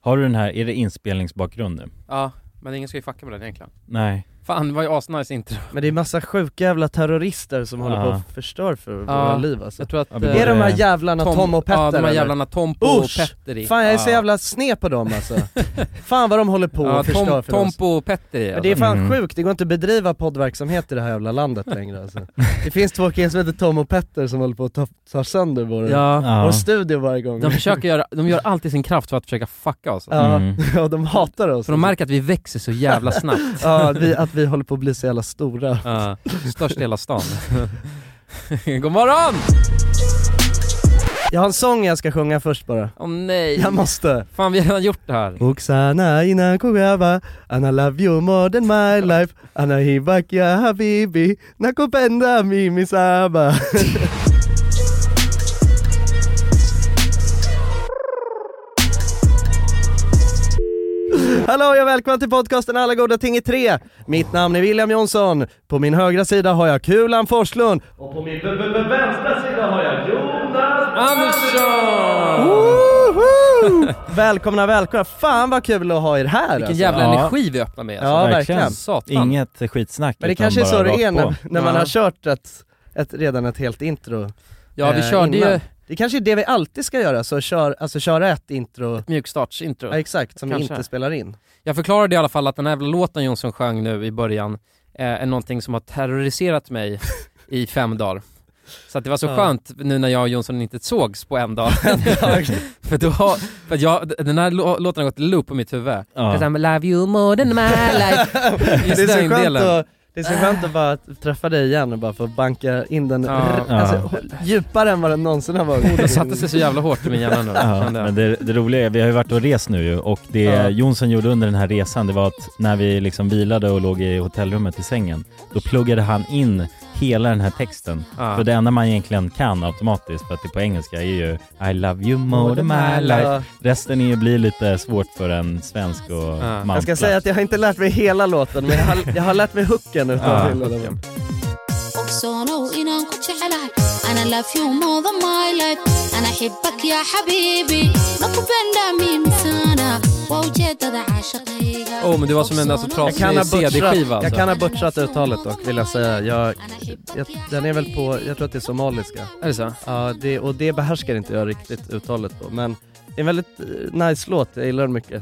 Har du den här, är det inspelningsbakgrund nu? Ja, men ingen ska ju fucka med den egentligen. Nej. Fan, det var ju asnice intro. Men det är massa sjuka jävla terrorister som håller på att förstör för våra liv alltså. Jag tror att det är de här jävlarna Tom och Petter? Ja, de här eller? jävlarna Tompo och Petteri. Fan, jag är så jävla sned på dem alltså. Fan vad de håller på och förstör för oss. Tompo och Petteri alltså. Det är fan sjukt, det går inte att bedriva poddverksamhet i det här jävla landet längre alltså. Det finns 2 killar som heter Tom och Petter som håller på att ta sönder vår studio varje gång. De gör allt i sin kraft för att försöka fucka oss. Ja, de hatar oss. För de märker att vi växer så jävla snabbt. Ja, att vi håller på att bli så jävla stora. Ja, störst i hela stan. God morgon! Jag har en sång jag ska sjunga först bara. Åh nej. Jag måste. Fan, vi har redan gjort det här. Oksana ina kugaba, ana love you more than my life, ana hibak ya habibi, nakupenda mimi saba. Hallå, jag välkommen till podcasten Alla goda ting i 3. Mitt namn är William Jonsson. På min högra sida har jag Kulan Forslund. Och på min vänstra sida har jag Jonas Andersson. Välkomna. Fan vad kul att ha er här. Vilken alltså. jävla energi vi öppnar med alltså. Ja, verkligen. Satan. Inget skitsnack. Men det kanske är så det är när man har kört redan ett helt intro. Ja, vi körde innan. ju. Det kanske är det vi alltid ska göra, så köra ett intro. Mjukstartsintro. Ja, exakt, som kanske. vi inte spelar in. Jag förklarade i alla fall att den här jävla låten Jonsson sjöng nu i början är någonting som har terroriserat mig i 5 dagar. Så att det var så skönt nu när jag och Jonsson inte sågs på en dag. för den här låten har gått i loop på mitt huvud. Love you more than my life. Det är så skönt att bara träffa dig igen och bara få banka in den djupare än vad den någonsin har varit. Det satte sig så jävla hårt i min hjärna nu. Men det roliga är, vi har ju varit och rest nu ju, och det Jonsson gjorde under den här resan, det var att när vi liksom vilade och låg i hotellrummet i sängen, då pluggade han in hela den här texten. För det enda man egentligen kan automatiskt, för att det på engelska är ju I love you more than my life. Resten blir lite svårt för en svensk och manplats. Jag ska säga att jag har inte lärt mig hela låten, men jag har lärt mig hooken utav hela låten. أنا love you more than my life أنا أحبك يا حبيبي نقبل من سنة ووجدت عاشقي. Men det var som en trasig CD-skiva. Jag kan ha butchat uttalet dock, vill jag säga. Den är väl på, jag tror att det är somaliska. Är det så? Ja, och det behärskar inte jag riktigt uttalet på, men det är en väldigt nice låt, jag gillar den mycket.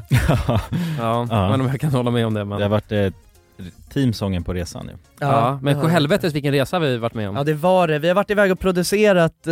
Men jag kan hålla med om det. Men det har varit teamsången på resan nu. Men på helvetes vilken resa vi varit med om. Ja, det var det. Vi har varit iväg och producerat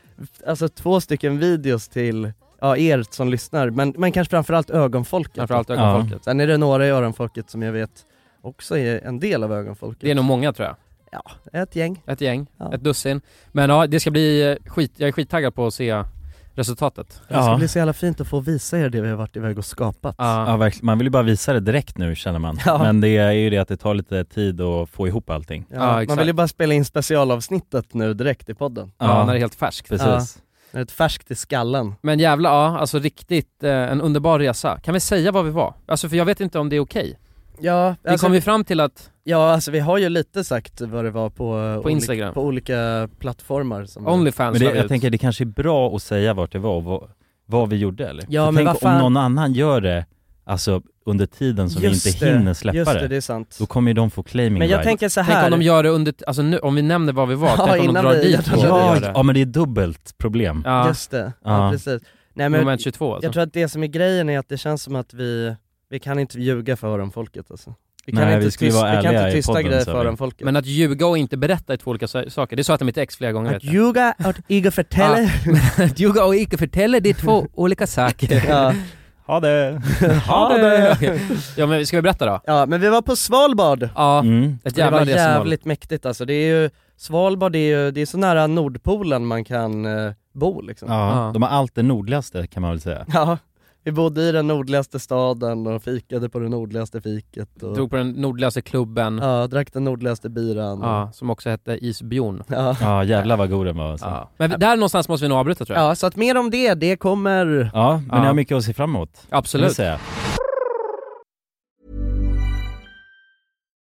2 stycken videos till er som lyssnar, men kanske framförallt ögonfolket. Sen är det några i ögonfolket som jag vet också är en del av ögonfolket. Det är nog många, tror jag. Ja, ett gäng, ett dussin. Men det ska bli jag är skittaggad på att se resultatet. Det ska bli så jävla fint att få visa er det vi har varit iväg och skapat. Ja, verkligen. Man vill ju bara visa det direkt nu, känner man. Men det är ju det att det tar lite tid att få ihop allting. Man vill ju bara spela in specialavsnittet nu direkt i podden. När det är helt färskt. Precis. När det är ett färskt i skallen. Men jävla, alltså riktigt en underbar resa. Kan vi säga vad vi var? Alltså, för jag vet inte om det är okej. Ja, vi kom ju fram till att... Ja, alltså vi har ju lite sagt vad det var på Instagram. På olika plattformar som OnlyFans. Men jag tänker det kanske är bra att säga vart det var och vad vi gjorde, eller? Ja, men tänk om någon annan gör det, alltså under tiden som vi inte hinner släppa det. Det är sant. Då kommer ju de få claiming. Men jag tänker så här. Tänk om de gör det under, alltså nu, om vi nämner vad vi var, tänk om de drar dit. Ja, men det är dubbelt problem. Ja. Just det, ja, precis. Nej, men moment 22 alltså. Jag tror att det som är grejen är att det känns som att vi kan inte ljuga för dem folket alltså. Vi kan inte tysta grejer för dem folket. Men att ljuga och inte berätta är 2 olika saker. Det sa att mitt ex flera gånger. Att ljuga och inte förtälla. Att ljuga och inte förtälla, det är 2 olika saker. Ja. Ha det. Okay. Ja, men ska vi berätta då? Ja, men vi var på Svalbard. Ja, ett jävla det var jävligt mäktigt alltså. Det är ju Svalbard, det är så nära Nordpolen man kan bo liksom. Ja, de har allt det nordligaste, kan man väl säga. Ja. Vi bodde i den nordligaste staden och fikade på det nordligaste fiket. Och... drog på den nordligaste klubben. Ja, drack den nordligaste biran. Ja, som också hette Isbjorn. Ja, jävlar vad god den var. Alltså. Ja. Men där någonstans måste vi nog avbryta, tror jag. Ja, så att mer om det kommer... Ja, men jag har mycket att se fram emot. Absolut.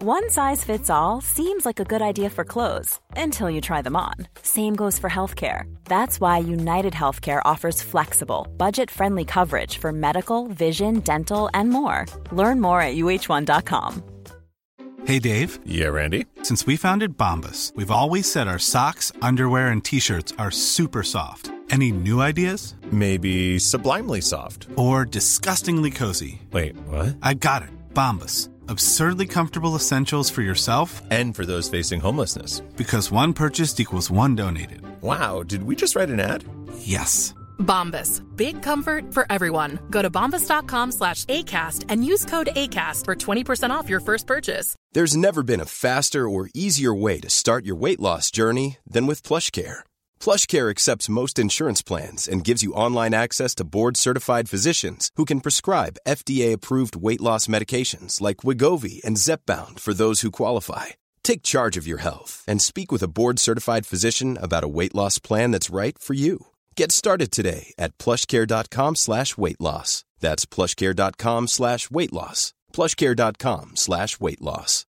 One size fits all seems like a good idea for clothes until you try them on. Same goes for healthcare. That's why United Healthcare offers flexible, budget-friendly coverage for medical, vision, dental, and more. Learn more at uh1.com. Hey, Dave. Yeah, Randy. Since we founded Bombas, we've always said our socks, underwear, and T-shirts are super soft. Any new ideas? Maybe sublimely soft. Or disgustingly cozy. Wait, what? I got it. Bombas. Absurdly comfortable essentials for yourself and for those facing homelessness. Because one purchased equals one donated. Wow, did we just write an ad? Yes. Bombas. Big comfort for everyone. Go to bombas.com/ACAST and use code ACAST for 20% off your first purchase. There's never been a faster or easier way to start your weight loss journey than with PlushCare. PlushCare accepts most insurance plans and gives you online access to board-certified physicians who can prescribe FDA-approved weight loss medications like Wegovy and Zepbound for those who qualify. Take charge of your health and speak with a board-certified physician about a weight loss plan that's right for you. Get started today at plushcare.com/weightloss. That's plushcare.com/weightloss. plushcare.com/weightloss.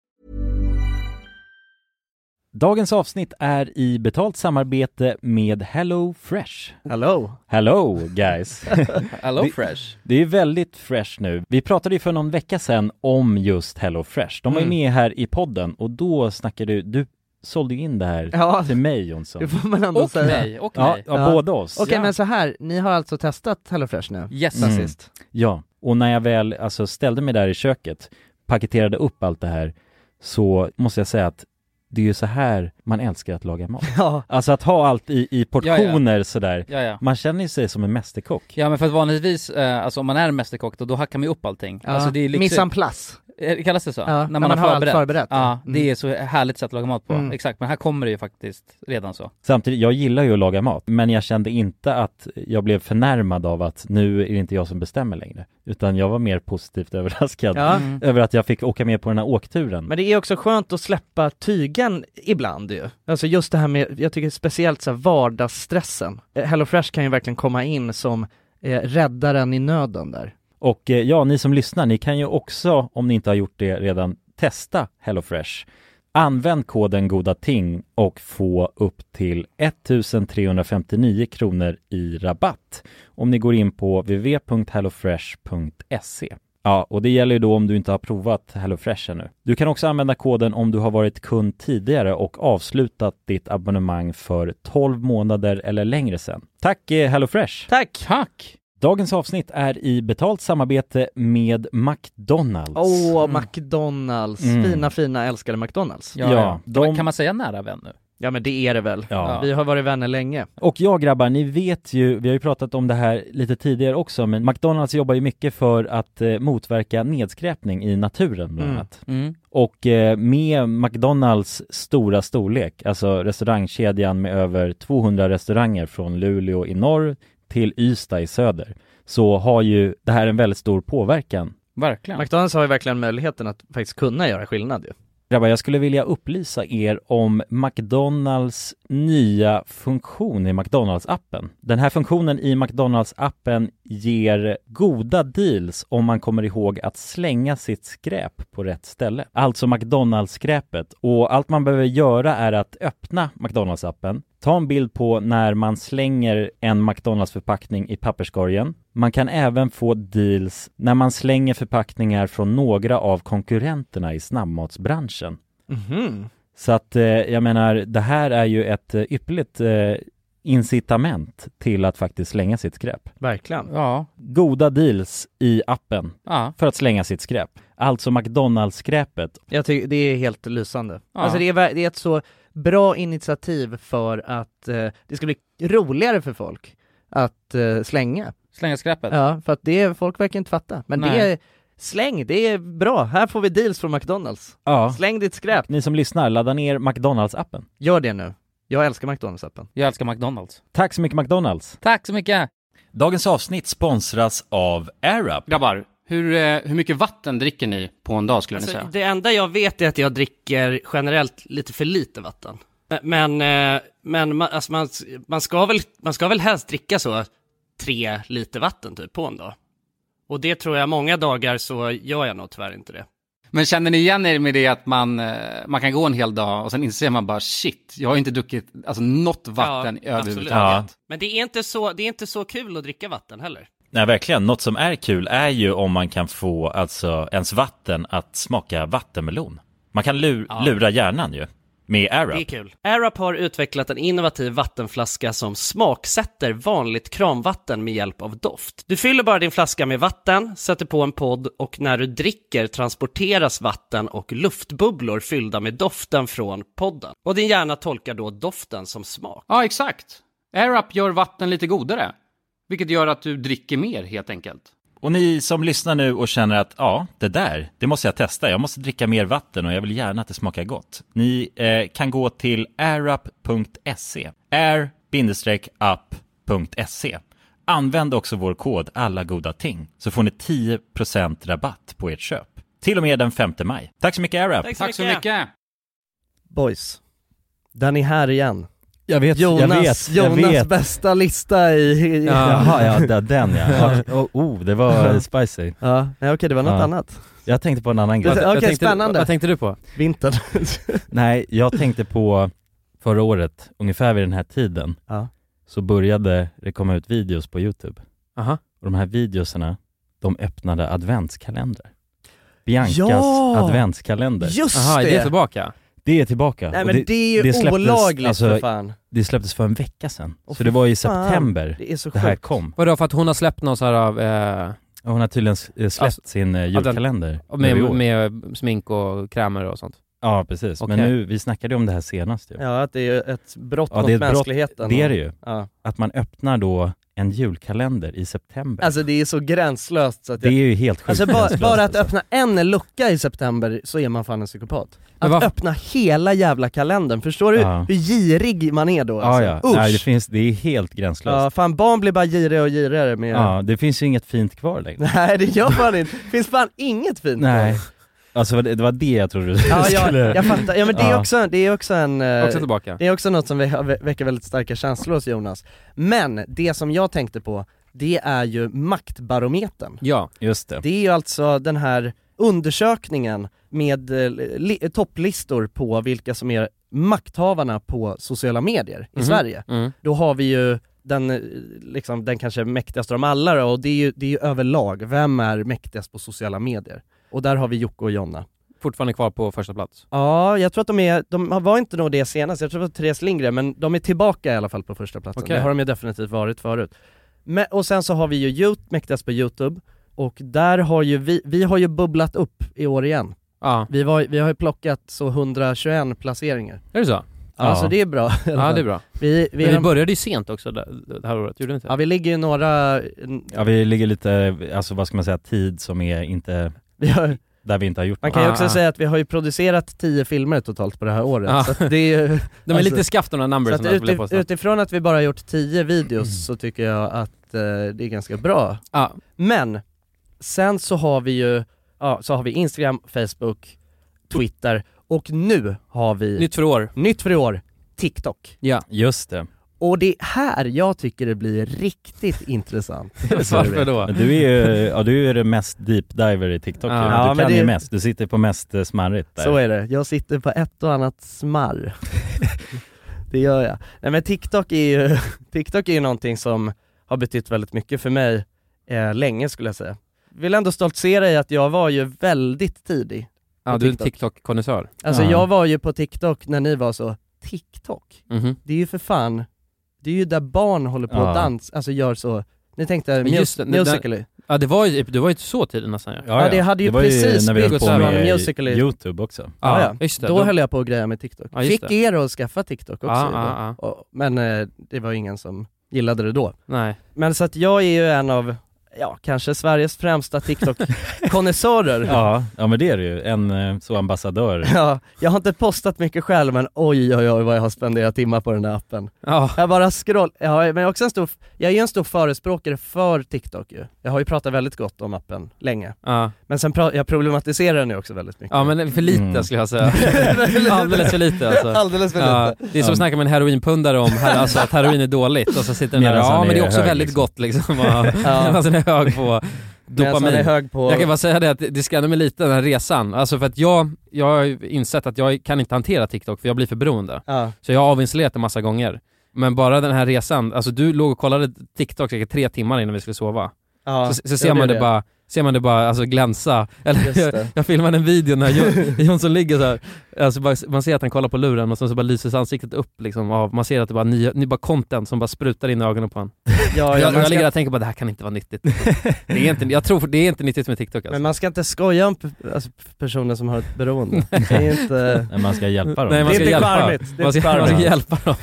Dagens avsnitt är i betalt samarbete med Hello Fresh. Hello guys. Hello Fresh. Det är väldigt fresh nu. Vi pratade ju för någon vecka sedan om just Hello Fresh. De var ju med här i podden och då snackade du sålde ju in det här till mig, Jonsson. Det får man ändå säga. Mig. Ja, båda oss. Okej, men så här, ni har alltså testat Hello Fresh nu? Yes. Sist. Ja, och när jag väl ställde mig där i köket, paketerade upp allt det här, så måste jag säga att det är ju så här man älskar att laga mat. Ja. Alltså att ha allt i portioner sådär. Ja. Man känner sig som en mästerkock. Ja, men för att vanligtvis, om man är en mästerkock då hackar man ju upp allting. Ja. Alltså det är liksom... Mise en place. Kallas det så? Ja, när man har förberett. Ja, det är så härligt sätt att laga mat på. Exakt, men här kommer det ju faktiskt redan så. Samtidigt, jag gillar ju att laga mat, men jag kände inte att jag blev förnärmad av att nu är det inte jag som bestämmer längre. Utan jag var mer positivt överraskad över att jag fick åka med på den här åkturen. Men det är också skönt att släppa tygen ibland ju. Alltså just det här med, jag tycker speciellt så här vardagsstressen. Hello Fresh kan ju verkligen komma in som räddaren i nöden där. Och ni som lyssnar, ni kan ju också, om ni inte har gjort det redan, testa Hello Fresh. Använd koden GODATING och få upp till 1359 kronor i rabatt om ni går in på www.hellofresh.se. Ja, och det gäller ju då om du inte har provat Hello Fresh ännu. Du kan också använda koden om du har varit kund tidigare och avslutat ditt abonnemang för 12 månader eller längre sedan. Tack Hello Fresh! Tack! Dagens avsnitt är i betalt samarbete med McDonalds. McDonalds. Fina, älskade McDonalds. Ja. Kan man säga nära vän nu? Ja, men det är det väl. Ja. Vi har varit vänner länge. Och grabbar, ni vet ju, vi har ju pratat om det här lite tidigare också, men McDonalds jobbar ju mycket för att motverka nedskräpning i naturen bland annat. Och med McDonalds stora storlek, alltså restaurangkedjan med över 200 restauranger från Luleå i norr till Ystad i söder, så har ju det här en väldigt stor påverkan. Verkligen. McDonalds har ju verkligen möjligheten att faktiskt kunna göra skillnad ju. Grabbar, jag skulle vilja upplysa er om McDonalds nya funktion i McDonalds-appen. Den här funktionen i McDonalds-appen ger goda deals om man kommer ihåg att slänga sitt skräp på rätt ställe. Alltså McDonalds-skräpet. Och allt man behöver göra är att öppna McDonalds-appen, ta en bild på när man slänger en McDonalds-förpackning i papperskorgen. Man kan även få deals när man slänger förpackningar från några av konkurrenterna i snabbmatsbranschen. Så att jag menar, det här är ju ett ypperligt incitament till att faktiskt slänga sitt skräp. Verkligen. Ja. Goda deals i appen för att slänga sitt skräp. Alltså McDonalds-skräpet. Jag tycker det är helt lysande. Ja. Alltså det är ett så bra initiativ för att det ska bli roligare för folk att slänga skräpet. Ja, för att folk verkar inte fatta. Men det är släng, det är bra. Här får vi deals från McDonalds. Ja. Släng ditt skräp. Ni som lyssnar, ladda ner McDonalds-appen. Gör det nu. Jag älskar McDonalds-appen. Jag älskar McDonalds. Tack så mycket McDonalds. Tack så mycket. Dagens avsnitt sponsras av AirUp. Grabbar, hur mycket vatten dricker ni på en dag skulle ni säga? Det enda jag vet är att jag dricker generellt lite för lite vatten. Men man ska väl helst dricka så 3 liter vatten typ på en dag. Och det tror jag många dagar så gör jag nog tyvärr inte det. Men känner ni igen er med det att man kan gå en hel dag och sen inser man bara shit, jag har inte druckit alltså något vatten överhuvudtaget. Ja. Men det är inte så kul att dricka vatten heller. Nej, verkligen. Något som är kul är ju om man kan få alltså ens vatten att smaka vattenmelon. Man kan lura hjärnan ju. Med AirUp. Det är kul. AirUp har utvecklat en innovativ vattenflaska som smaksätter vanligt kranvatten med hjälp av doft. Du fyller bara din flaska med vatten, sätter på en podd och när du dricker transporteras vatten och luftbubblor fyllda med doften från podden. Och din hjärna tolkar då doften som smak. Ja, exakt. AirUp gör vatten lite godare. Vilket gör att du dricker mer helt enkelt. Och ni som lyssnar nu och känner att det måste jag testa. Jag måste dricka mer vatten och jag vill gärna att det smakar gott. Ni kan gå till airup.se. air-up.se. Använd också vår kod alla goda ting så får ni 10% rabatt på ert köp. Till och med den 5 maj. Tack så mycket AirUp. Tack så mycket. Boys, den är här igen. Jag vet. Jonas bästa lista i... Jaha, den det var spicy. Ja, nej, okej, det var något annat. Jag tänkte på en annan grej. Okej, spännande. Vad tänkte du på? Vintern. Nej, jag tänkte på förra året, ungefär vid den här tiden, så började det komma ut videos på YouTube. Aha. Och de här videoserna, de öppnade adventskalendrar. Biancas adventskalender. Just Aha, det är tillbaka. Det är tillbaka. Nej, men det är ju olagligt för fan. Det släpptes för en vecka sedan. Så det var i september det är så det här kom. Vadå, för att hon har släppt någon så här av... Hon har tydligen släppt sin julkalender. Med smink och krämer och sånt. Ja, precis. Okay. Men nu, vi snackade om det här senast ju. Ja, att det är ett brott mot mänskligheten. Det är det ju. Ja. Att man öppnar då en julkalender i september. Alltså det är så gränslöst så att det är ju helt sjukt. Alltså bara att öppna en lucka i september så är man fan en psykopat. Att öppna hela jävla kalendern, förstår du hur girig man är då? Alltså? Nej, det är helt gränslöst. Ja, fan barn blir bara girigare och girigare med... Ja, det finns ju inget fint kvar längre. Nej, det gör fan inte. Det finns fan inget fint Nej. Kvar. Alltså det var det jag trodde du skulle... jag fattar. Ja, men det är också en... Också tillbaka. Det är också något som väcker väldigt starka känslor hos Jonas. Men det som jag tänkte på, det är ju maktbarometern. Ja, just det. Det är ju alltså den här undersökningen med topplistor på vilka som är makthavarna på sociala medier i Sverige. Då har vi ju den kanske mäktigaste av dem alla då, och det är ju överlag. Vem är mäktigast på sociala medier? Och där har vi Jocke och Jonna. Fortfarande kvar på första plats. Ja, jag tror att de var inte nog det senast. Jag tror att Therese Lindgren, men de är tillbaka i alla fall på första platsen. Okay. Det har de ju definitivt varit förut. Och sen så har vi ju mäktigast på YouTube. Och där har ju vi har ju bubblat upp i år igen. Ja. Vi har ju plockat så 121 placeringar. Är det så? Alltså det är bra. Ja, det är bra. Vi började ju sent också det här året, gjorde vi inte? Ja, vi ligger ju några... Ja, vi ligger lite, alltså vad ska man säga, tid som är inte... Där vi inte har gjort. Man kan ju också säga att vi har ju producerat 10 filmer totalt på det här året. Så att det är ju, de är lite skaft de numbers som jag vill påstå. Utifrån att vi bara har gjort 10 videos så tycker jag att det är ganska bra. Men sen så har vi ju Instagram, Facebook, Twitter och nu har vi Nytt för år, TikTok. Ja, just det. Och det är här jag tycker det blir riktigt intressant. Varför då? Du är det mest deep diver i TikTok. Du kan ju mest, du sitter på mest smarrigt där. Så är det, jag sitter på ett och annat smarr. Det gör jag. Nej, men TikTok är ju någonting som har betytt väldigt mycket för mig länge skulle jag säga. Vill ändå stoltsera i att jag var ju väldigt tidig. Ja, du är en TikTok-konnässör. Alltså jag var ju på TikTok när ni var så TikTok. Det är ju för fan, det är ju där barn håller på att dansa, alltså gör så. Ni tänkte Musical.ly. Ja, det var ju inte så tidigt nästan. Ja, det hade ju precis byggt från Musical.ly. YouTube också. Ja. Då höll jag på att greja med TikTok. Fick er att skaffa TikTok också. Men det var ingen som gillade det då. Nej. Men så att jag är ju en av kanske Sveriges främsta TikTok-konnässörer. Ja, men det är ju en så ambassadör. Ja, jag har inte postat mycket själv, men oj vad jag har spenderat timmar på den där appen. Jag bara men jag är ju en stor förespråkare för TikTok ju. Jag har ju pratat väldigt gott om appen länge. Men sen jag problematiserar den ju också väldigt mycket. Ja, men för lite skulle jag säga. Alldeles för lite alltså. Alldeles för lite. Det är som att snacka med en heroinpundare om alltså, att heroin är dåligt och så sitter den där, men det är också väldigt gott liksom. Alltså, hög dopamin. Är hög på... Jag kan bara säga det att det skrämde mig lite den här resan. Alltså för att jag har insett att jag kan inte hantera TikTok för jag blir för beroende. Så jag har avinstallerat det massa gånger. Men bara den här resan, alltså du låg och kollade TikTok säkert 3 timmar innan vi skulle sova. Så ser man det bara alltså glänsa. Eller jag filmade en video när Jonsson ligger så här. Alltså bara, man ser att han kollar på luren och så bara lyser ansiktet upp liksom av, man ser att det bara bara content som bara sprutar in i ögonen på han. Jag ligger och tänker bara det här kan inte vara nyttigt. Det är inte, jag tror det är inte nyttigt med TikTok alltså. Men man ska inte skoja om personer som har ett beroende. Det är inte... man ska hjälpa dem. Nej, man ska hjälpa. Man ska hjälpa dem.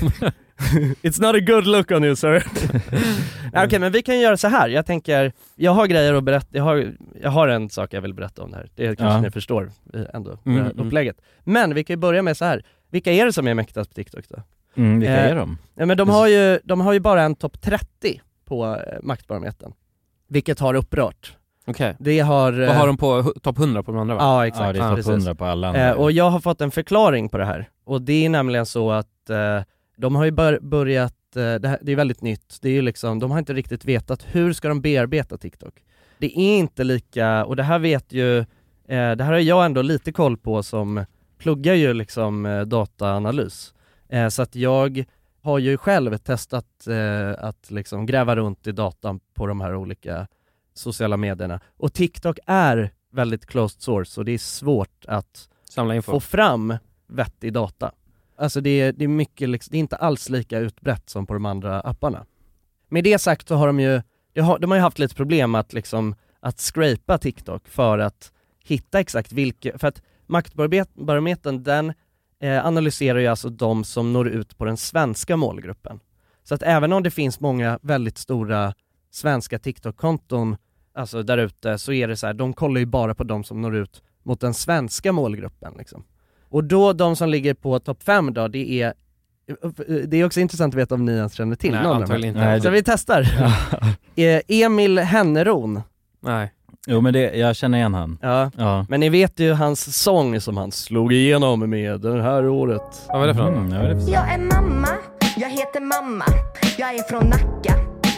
It's not a good look on you, sir. Okej, men vi kan göra så här. Jag tänker, jag har grejer att berätta. Jag har en sak jag vill berätta om det här. Det kanske ni förstår ändå, upplägget. Men vi kan ju börja med så här. Vilka är det som är mäktigast på TikTok då? Vilka är de? Men de har ju bara en topp 30 på maktbarometern. Vilket har upprört. Okej. Det har... Vad har de på topp 100 på de andra va? Ja, exakt. Ja, det är topp 100 på alla andra. Och jag har fått en förklaring på det här. Och det är nämligen så att de har ju börjat, det är väldigt nytt, det är ju liksom, de har inte riktigt vetat hur ska de bearbeta TikTok. Det är inte lika, och det här vet ju, det här har jag ändå lite koll på som pluggar ju liksom dataanalys. Så att jag har ju själv testat att liksom gräva runt i datan på de här olika sociala medierna. Och TikTok är väldigt closed source och det är svårt att samla info. Få fram vettig data. Alltså det är mycket, det är inte alls lika utbrett som på de andra apparna. Med det sagt så har de har ju haft lite problem att scrapa TikTok för att hitta exakt vilka, för att maktbarometern den analyserar ju alltså de som når ut på den svenska målgruppen. Så att även om det finns många väldigt stora svenska TikTok-konton alltså där ute, så är det så här, de kollar ju bara på de som når ut mot den svenska målgruppen liksom. Och då de som ligger på topp 5 då, det är också intressant att veta om ni ens känner till någon av dem. Så vi testar. Emil Henneron. Nej. Jo men jag känner igen han. Ja. Men ni vet ju hans sång som han slog igenom med det här året. Vad är det för något? Jag är mamma, jag heter mamma. Jag är från Nacka,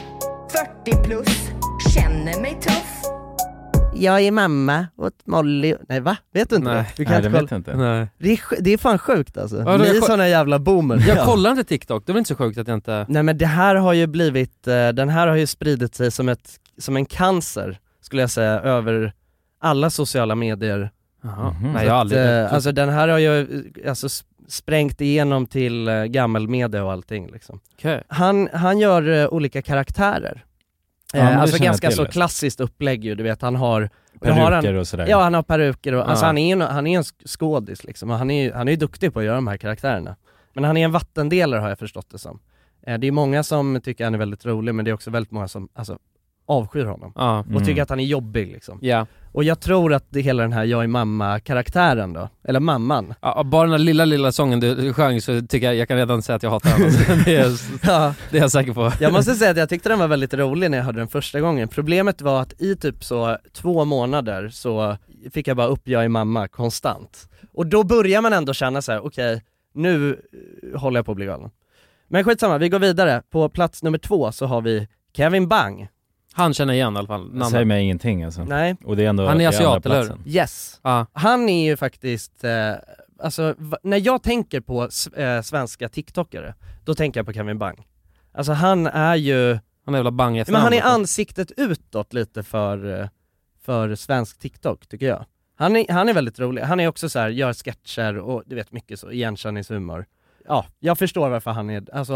40 plus, känner mig tuff. Jag är mamma åt Molly. Nej va? Vet du inte? Nej, du kan det vet jag inte. Nej. Det är fan sjukt alltså. Ni är såna jävla boomer. Jag kollar inte TikTok, det var inte så sjukt att jag inte... Nej men det här har ju blivit, den här har ju spridit sig som en cancer skulle jag säga, över alla sociala medier. Jaha. Nej, jag har aldrig... alltså den här har ju sprängt igenom till gammelmedia och allting liksom. Okay. Han gör olika karaktärer. Alltså ganska så klassiskt upplägg ju, du vet, han har peruker och sådär. Ja, han har peruker och alltså han är en skådis liksom, och han är ju duktig på att göra de här karaktärerna. Men han är en vattendelare har jag förstått det som. Det är många som tycker han är väldigt rolig, men det är också väldigt många som avskyr honom och tycker att han är jobbig liksom. Yeah. Och jag tror att det hela den här jag är mamma-karaktären då, eller mamman. Ja, bara den här lilla sången du sjöng så tycker jag kan redan säga att jag hatar den. Det är jag säker på. Jag måste säga att jag tyckte den var väldigt rolig när jag hörde den första gången. Problemet var att i typ så 2 månader så fick jag bara upp jag är mamma konstant. Och då börjar man ändå känna så här: okej, nu håller jag på att bli galen. Men skitsamma, vi går vidare. På plats nummer 2 så har vi Kevin Bang. Han känner igen i alla fall. Säger mig ingenting alltså. Nej. Och det är ändå, han är asiat, eller hur? Yes. Han är ju faktiskt, alltså när jag tänker på svenska TikTokare, då tänker jag på Kevin Bang. Alltså han är ju... Han är jävla Bang efter. Men han är ansiktet utåt lite för svensk TikTok tycker jag. Han är väldigt rolig. Han är också så här, gör sketcher och du vet mycket så igenkänningshumor. Ja, jag förstår varför han är, alltså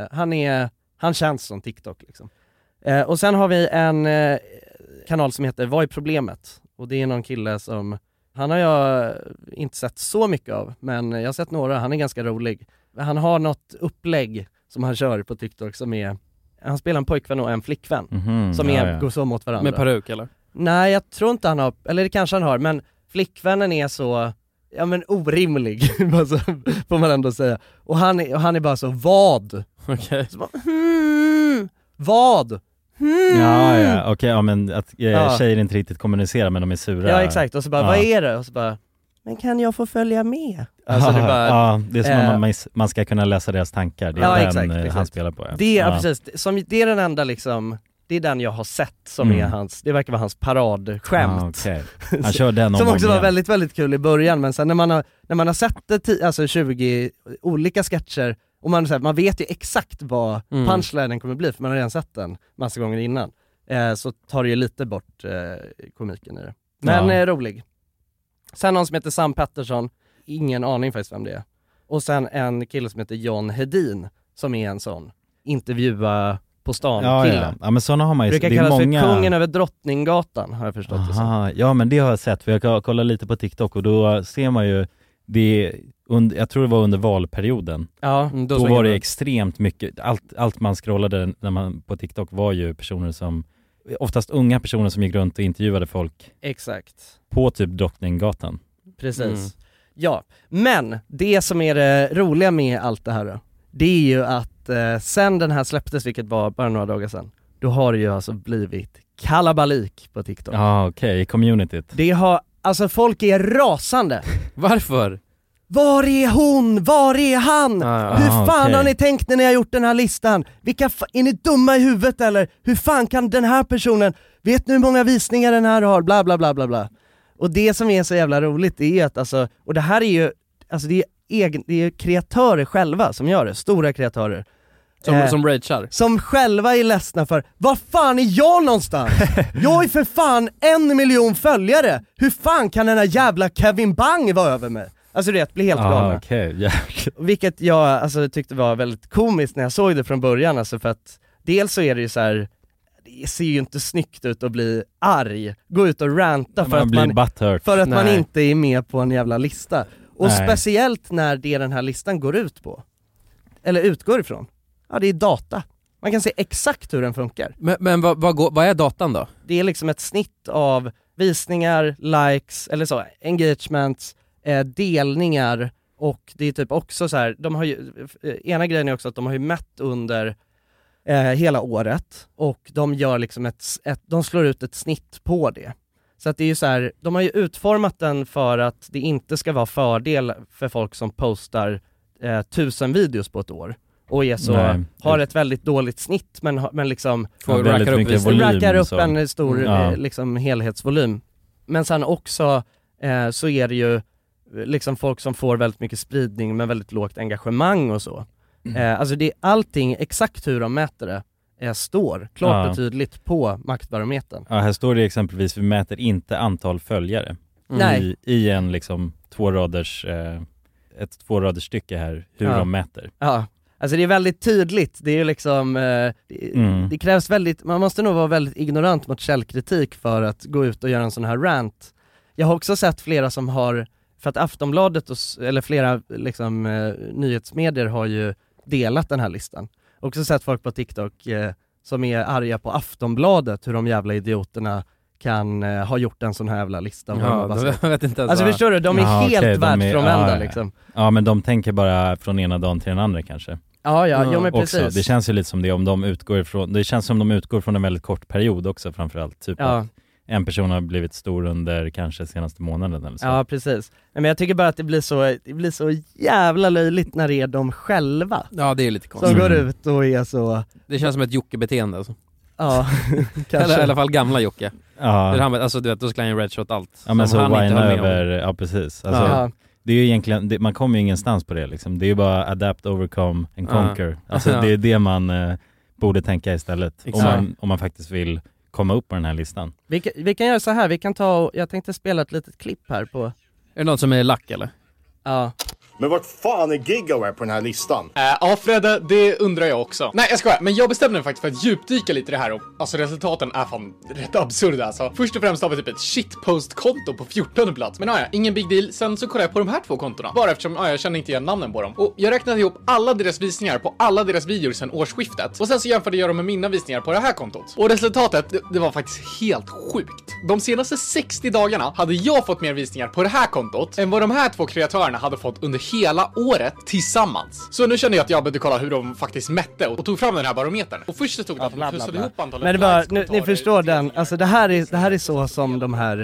han känns som TikTok liksom. Och sen har vi en kanal som heter Vad är problemet? Och det är någon kille som, han har jag inte sett så mycket av, men jag har sett några, han är ganska rolig. Han har något upplägg som han kör på TikTok som är, han spelar en pojkvän och en flickvän som går så mot varandra. Med peruk eller? Nej, jag tror inte han har, eller det kanske han har, men flickvännen är så, ja men orimlig får man ändå säga. Och han är bara så, vad? Okej. Så bara, vad? Ja, okej, ja, men att tjejer inte riktigt kommunicerar men de är sura. Ja, exakt. Och så bara, vad är det? Och så bara, men kan jag få följa med? Alltså det är bara, ja, det är som att man ska kunna läsa deras tankar. Det är den exakt. han spelar på. Det är precis, det är den enda liksom Det är den jag har sett som är hans, det verkar vara hans paradskämt. Okay. Han kör den som också var väldigt, väldigt kul i början, men sen när man har sett det alltså 20 olika sketcher och man vet ju exakt vad punchlinen kommer bli, för man har redan sett den massa gånger innan. Så tar det ju lite bort komiken i det. Men rolig. Sen någon som heter Sam Pettersson, ingen aning faktiskt vem det är. Och sen en kille som heter John Hedin, som är en sån intervjua på stan kille. Ja, men såna har man ju. Brukar kallas för kungen över Drottninggatan, har jag förstått det som. Ja, men det har jag sett, för jag kan kolla lite på TikTok och då ser man ju det jag tror det var under valperioden. Ja, då var det extremt mycket, allt man scrollade när man på TikTok var ju personer som, oftast unga personer som gick runt och intervjuade folk. Exakt. På typ Drottninggatan. Precis. Ja, men det som är det roliga med allt det här då, det är ju att sen den här släpptes, vilket var bara några dagar sedan, då har det ju alltså blivit kalabalik på TikTok. Ja, okej, communityt. Det har, alltså folk är rasande. Varför? Var är hon? Var är han? Hur fan har ni tänkt när ni har gjort den här listan? Är ni dumma i huvudet eller? Hur fan kan den här personen, vet ni hur många visningar den här har? Bla bla bla bla bla. Och det som är så jävla roligt är att alltså, och det här är ju, alltså det är kreatörer själva som gör det, stora kreatörer. Som ragear. Som själva är ledsna för, vad fan är jag någonstans? Jag är för fan 1 miljon följare. Hur fan kan den här jävla Kevin Bang vara över mig? Alltså det blir helt galna. Vilket jag alltså tyckte var väldigt komiskt när jag såg det från början, alltså för att dels så är det ju så här, det ser ju inte snyggt ut att bli arg, gå ut och ranta för att man inte är med på en jävla lista. Och speciellt när det den här listan går ut på, eller utgår ifrån. Ja, det är data. Man kan se exakt hur den funkar. Men vad är datan då? Det är liksom ett snitt av visningar, likes, eller så, engagements, delningar, och det är typ också så här, de har ju, ena grejen är också att de har ju mätt under hela året, och de gör liksom de slår ut ett snitt på det. Så att det är ju så här, de har ju utformat den för att det inte ska vara fördel för folk som postar 1000 videos på ett år och är så, har ett väldigt dåligt snitt men liksom rackar upp en stor liksom helhetsvolym. Men sen också så är det ju liksom folk som får väldigt mycket spridning men väldigt lågt engagemang och så. Alltså det är allting, exakt hur de mäter det står klart och tydligt på maktbarometern. Ja, här står det exempelvis, vi mäter inte antal följare. I en liksom ett 2-raders stycke här, hur de mäter. Ja, alltså det är väldigt tydligt. Det är ju liksom det krävs väldigt, man måste nog vara väldigt ignorant mot källkritik för att gå ut och göra en sån här rant. Jag har också sett flera som har, för att Aftonbladet eller flera liksom nyhetsmedier har ju delat den här listan. Också sett folk på TikTok som är arga på Aftonbladet, hur de jävla idioterna kan ha gjort en sån här jävla lista. Jag vet inte. Alltså förstår du, de är helt världsfrånvända liksom. Ja, men de tänker bara från ena dagen till den andra kanske. Ja, men precis. Också, det känns ju lite som det, om de utgår ifrån, det känns som de utgår från en väldigt kort period också framförallt. Typ att en person har blivit stor under kanske senaste månaden eller så. Ja, precis. Men jag tycker bara att det blir så jävla löjligt när det är de själva. Ja, det är lite konstigt. Som går ut och är så... Det känns som ett Jocke-beteende alltså. Ja, kanske. Eller i alla fall gamla Jocke. Ja. Alltså du vet, då skulle han ju redshot allt. Ja, men så whina över, ja precis. Alltså, det är ju egentligen, man kommer ju ingenstans på det liksom. Det är ju bara adapt, overcome and conquer. Alltså det är det man borde tänka istället. Om man faktiskt vill komma upp på den här listan. Vi kan göra så här, vi kan jag tänkte spela ett litet klipp här på... Är det någon som är lack eller? Ja. Men vart fan är Gigaware på den här listan? Ja Fredde, det undrar jag också. Nej jag skojar, men jag bestämde mig faktiskt för att djupdyka lite i det här och alltså resultaten är fan rätt absurda alltså. Först och främst har vi typ ett shitpost-konto på 14:e plats. Men ingen big deal. Sen så kollade jag på de här 2 kontona. Bara eftersom jag kände inte igen namnen på dem. Och jag räknade ihop alla deras visningar på alla deras videor sedan årsskiftet. Och sen så jämförde jag dem med mina visningar på det här kontot. Och resultatet, det var faktiskt helt sjukt. De senaste 60 dagarna hade jag fått mer visningar på det här kontot än vad de här 2 kreatörerna hade fått under hela året tillsammans. Så nu känner jag att jag behövde kolla hur de faktiskt mätte och tog fram den här barometern. Och först tog de plussade ihop antalet. Men det var, ni förstår den, alltså det här är så som de här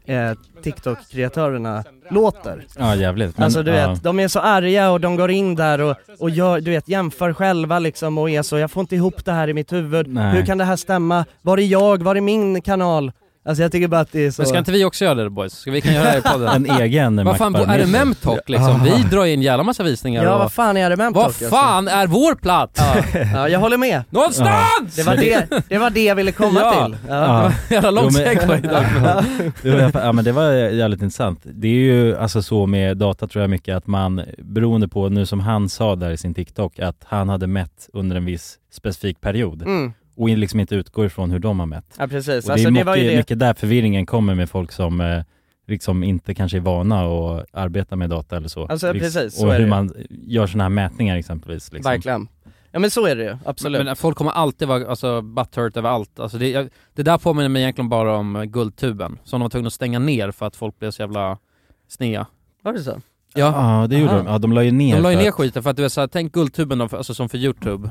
TikTok-kreatörerna låter. Ja, jävligt. Men, alltså du vet, de är så arga och de går in där och gör, du vet, jämför själva liksom och är så, jag får inte ihop det här i mitt huvud. Nej. Hur kan det här stämma? Var är min kanal? Alltså jag tycker bara att det är så... Men ska inte vi också göra det, boys? Ska vi kan göra det på podden? En egen vad fan, är det Memtalk liksom? Vi drar in jävla massa visningar. Ja, vad fan är det Memtalk? Vad fan är vår plats? Ja, jag håller med. Någonstans! Det var det jag ville komma till. Jävla långt segway idag. Ja, men det var jävligt intressant. Det är ju alltså så med data, tror jag mycket, att man, beroende på, nu som han sa där i sin TikTok, att han hade mätt under en viss specifik period. Och liksom inte utgår ifrån hur de har mätt. Ja, precis. Och alltså, det är mycket där förvirringen kommer med folk som liksom inte kanske är vana att arbeta med data eller så. Alltså precis, så och är hur det. Man gör såna här mätningar exempelvis. Liksom. Verkligen. Ja, men så är det ju, absolut. Men folk kommer alltid vara alltså, butthurt över allt. Alltså, det där påminner mig egentligen bara om Guldtuben, som de var tvungna att stänga ner för att folk blev så jävla snea. Var det så? Ja, det gjorde de. Ja, de la ju ner. De la ju ner skiten för att du vet, så här, tänk Guldtuben då, alltså som för YouTube,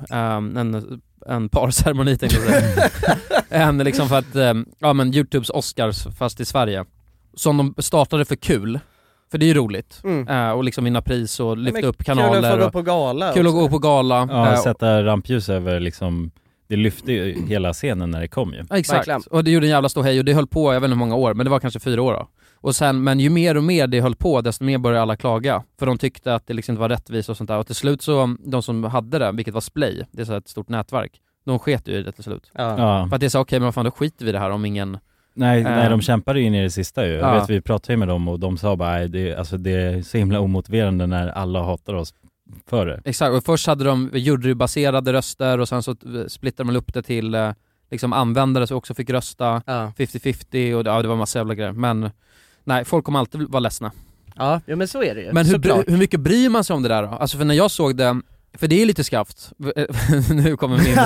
en parceremoni tänkte jag säga. Liksom för att, men YouTubes Oscars fast i Sverige. Som de startade för kul. För det är ju roligt. Och liksom vinna pris och lyfta upp kanaler. Kul att få gå på gala. Kul att gå på gala. Ja, sätta rampljus över liksom, det lyfte ju hela scenen när det kom ju. Ja, exakt. Verkligen. Och det gjorde en jävla ståhej och det höll på, jag vet inte hur många år, men det var kanske 4 år då. Och sen, men ju mer och mer det höll på, desto mer började alla klaga. För de tyckte att det liksom inte var rättvist och sånt där. Och till slut så, de som hade det, vilket var Splay, det är så ett stort nätverk, de sket ju i det till slut. Ja. För att det är så, okej, men vad fan, då skiter vi det här om ingen... Nej, de kämpade ju in i det sista ju. Jag vet, vi pratade ju med dem och de sa bara, det är så himla omotiverande när alla hatar oss för det. Exakt, och först hade de jurybaserade röster och sen så splittade man upp det till liksom användare som också fick rösta 50-50 och det var massa jävla grejer. Men nej, folk kommer alltid vara ledsna. Ja, men så är det ju. Men hur mycket bryr man sig om det där då? Alltså för när jag såg det, för det är lite skaft. Nu kommer min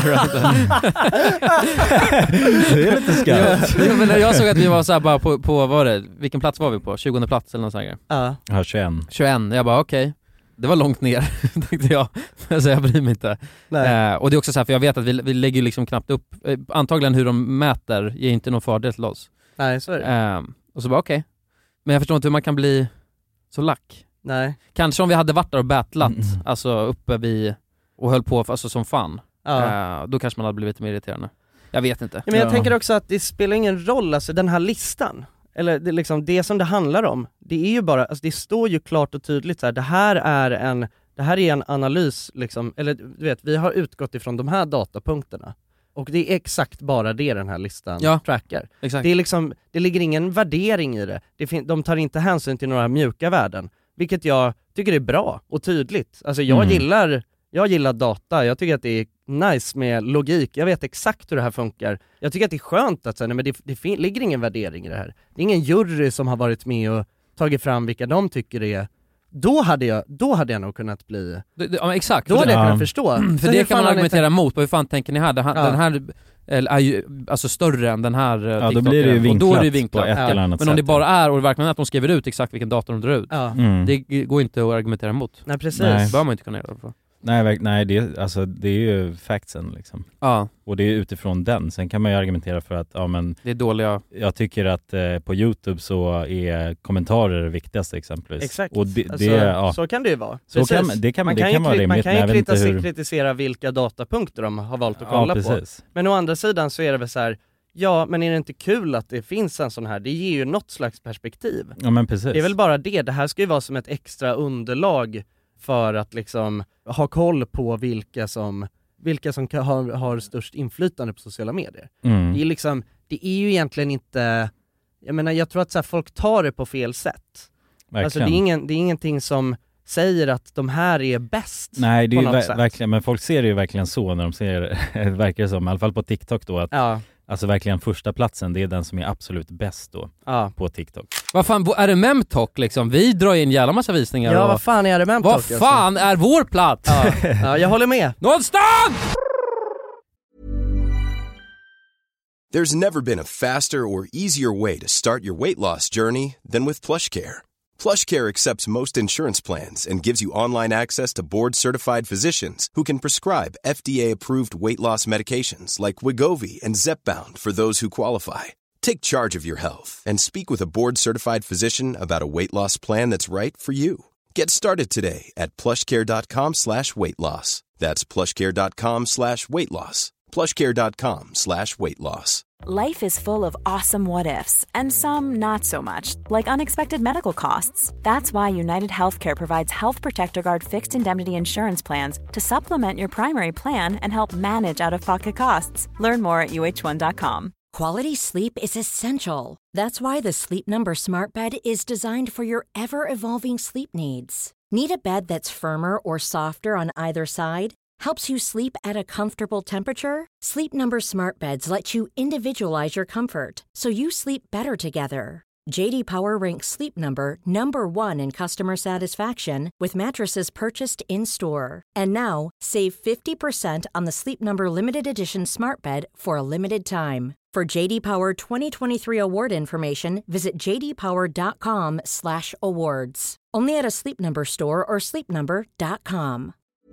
det är lite skaft. Ja, men när jag såg att vi var så här bara på vad var det? Vilken plats var vi på? 20:e plats eller något sånt här. Ja, 21. Jag bara okej. Det var långt ner, tänkte jag. Alltså jag bryr mig inte. Och det är också så här, för jag vet att vi lägger liksom knappt upp, antagligen hur de mäter ger inte någon fördel till oss. Nej, så är det. Och så bara okej. Men jag förstår inte hur man kan bli så lack. Nej. Kanske om vi hade varit där och battlat, alltså uppe vid och höll på alltså som fan. Då kanske man hade blivit mer irriterande. Jag vet inte. Ja, men jag tänker också att det spelar ingen roll, alltså den här listan. Eller det, liksom, det som det handlar om, det är ju bara, alltså det står ju klart och tydligt så här, det här är en analys liksom, eller du vet, vi har utgått ifrån de här datapunkterna. Och det är exakt bara det den här listan trackar. Exakt. Det är liksom, det ligger ingen värdering i det. De tar inte hänsyn till några mjuka värden, vilket jag tycker är bra och tydligt. Alltså jag gillar data, jag tycker att det är nice med logik, jag vet exakt hur det här funkar. Jag tycker att det är skönt att säga, men det ligger ingen värdering i det här. Det är ingen jury som har varit med och tagit fram vilka de tycker är. Då hade jag nog kunnat bli... Ja, exakt. Då hade jag kunnat förstå. För det kan man argumentera emot, hur fan tänker ni här? Den här är ju alltså större än den här TikTok. Då blir det ju vinklat, och då är det vinklat. på ett eller annat sätt. Men om det bara är, och verkligen att de skriver ut exakt vilken dator de drar ut, det går inte att argumentera emot. Nej, precis. Det bör man inte kunna göra det för. Nej, det är ju factsen liksom. Ja. Och det är utifrån den. Sen kan man ju argumentera för att det är dåliga. Jag tycker att på YouTube så är kommentarer det viktigaste exempelvis. Exakt. Och så kan det ju vara. Man kan ju kritisera vilka datapunkter de har valt att kolla på. Men å andra sidan så är det väl så här, ja, men är det inte kul att det finns en sån här? Det ger ju något slags perspektiv. Ja, men precis. Det är väl bara det här ska ju vara som ett extra underlag för att liksom ha koll på vilka som har störst inflytande på sociala medier. Det är liksom, det är ju egentligen inte, jag menar, jag tror att så här, folk tar det på fel sätt. Verkligen. Alltså det är ingenting som säger att de här är bäst. Nej, det är ju verkligen, men folk ser det ju verkligen så när de ser det verkar det som, i alla fall på TikTok då, att alltså verkligen första platsen, det är den som är absolut bäst då på TikTok. Vad fan, är det Memtalk liksom? Vi drar in jävla massa visningar. Ja, vad fan är det Memtalk? Vad fan är vår plats? Ja, jag håller med. Någonstans! There's never been a faster or easier way to start your weight loss journey than with PlushCare. PlushCare accepts most insurance plans and gives you online access to board-certified physicians who can prescribe FDA-approved weight loss medications like Wegovy and Zepbound for those who qualify. Take charge of your health and speak with a board-certified physician about a weight loss plan that's right for you. Get started today at plushcare.com/weightloss. That's plushcare.com/weightloss. plushcare.com/weightloss. Life is full of awesome what-ifs, and some not so much, like unexpected medical costs. That's why United Healthcare provides Health Protector Guard fixed indemnity insurance plans to supplement your primary plan and help manage out-of-pocket costs. Learn more at uh1.com. Quality sleep is essential. That's why the Sleep Number Smart Bed is designed for your ever-evolving sleep needs. Need a bed that's firmer or softer on either side? Helps you sleep at a comfortable temperature? Sleep Number Smart Beds let you individualize your comfort, so you sleep better together. J.D. Power ranks Sleep Number #1 in customer satisfaction with mattresses purchased in-store. And now, save 50% on the Sleep Number Limited Edition Smart Bed for a limited time. For J.D. Power 2023 award information, visit jdpower.com/awards. Only at a Sleep Number store or sleepnumber.com.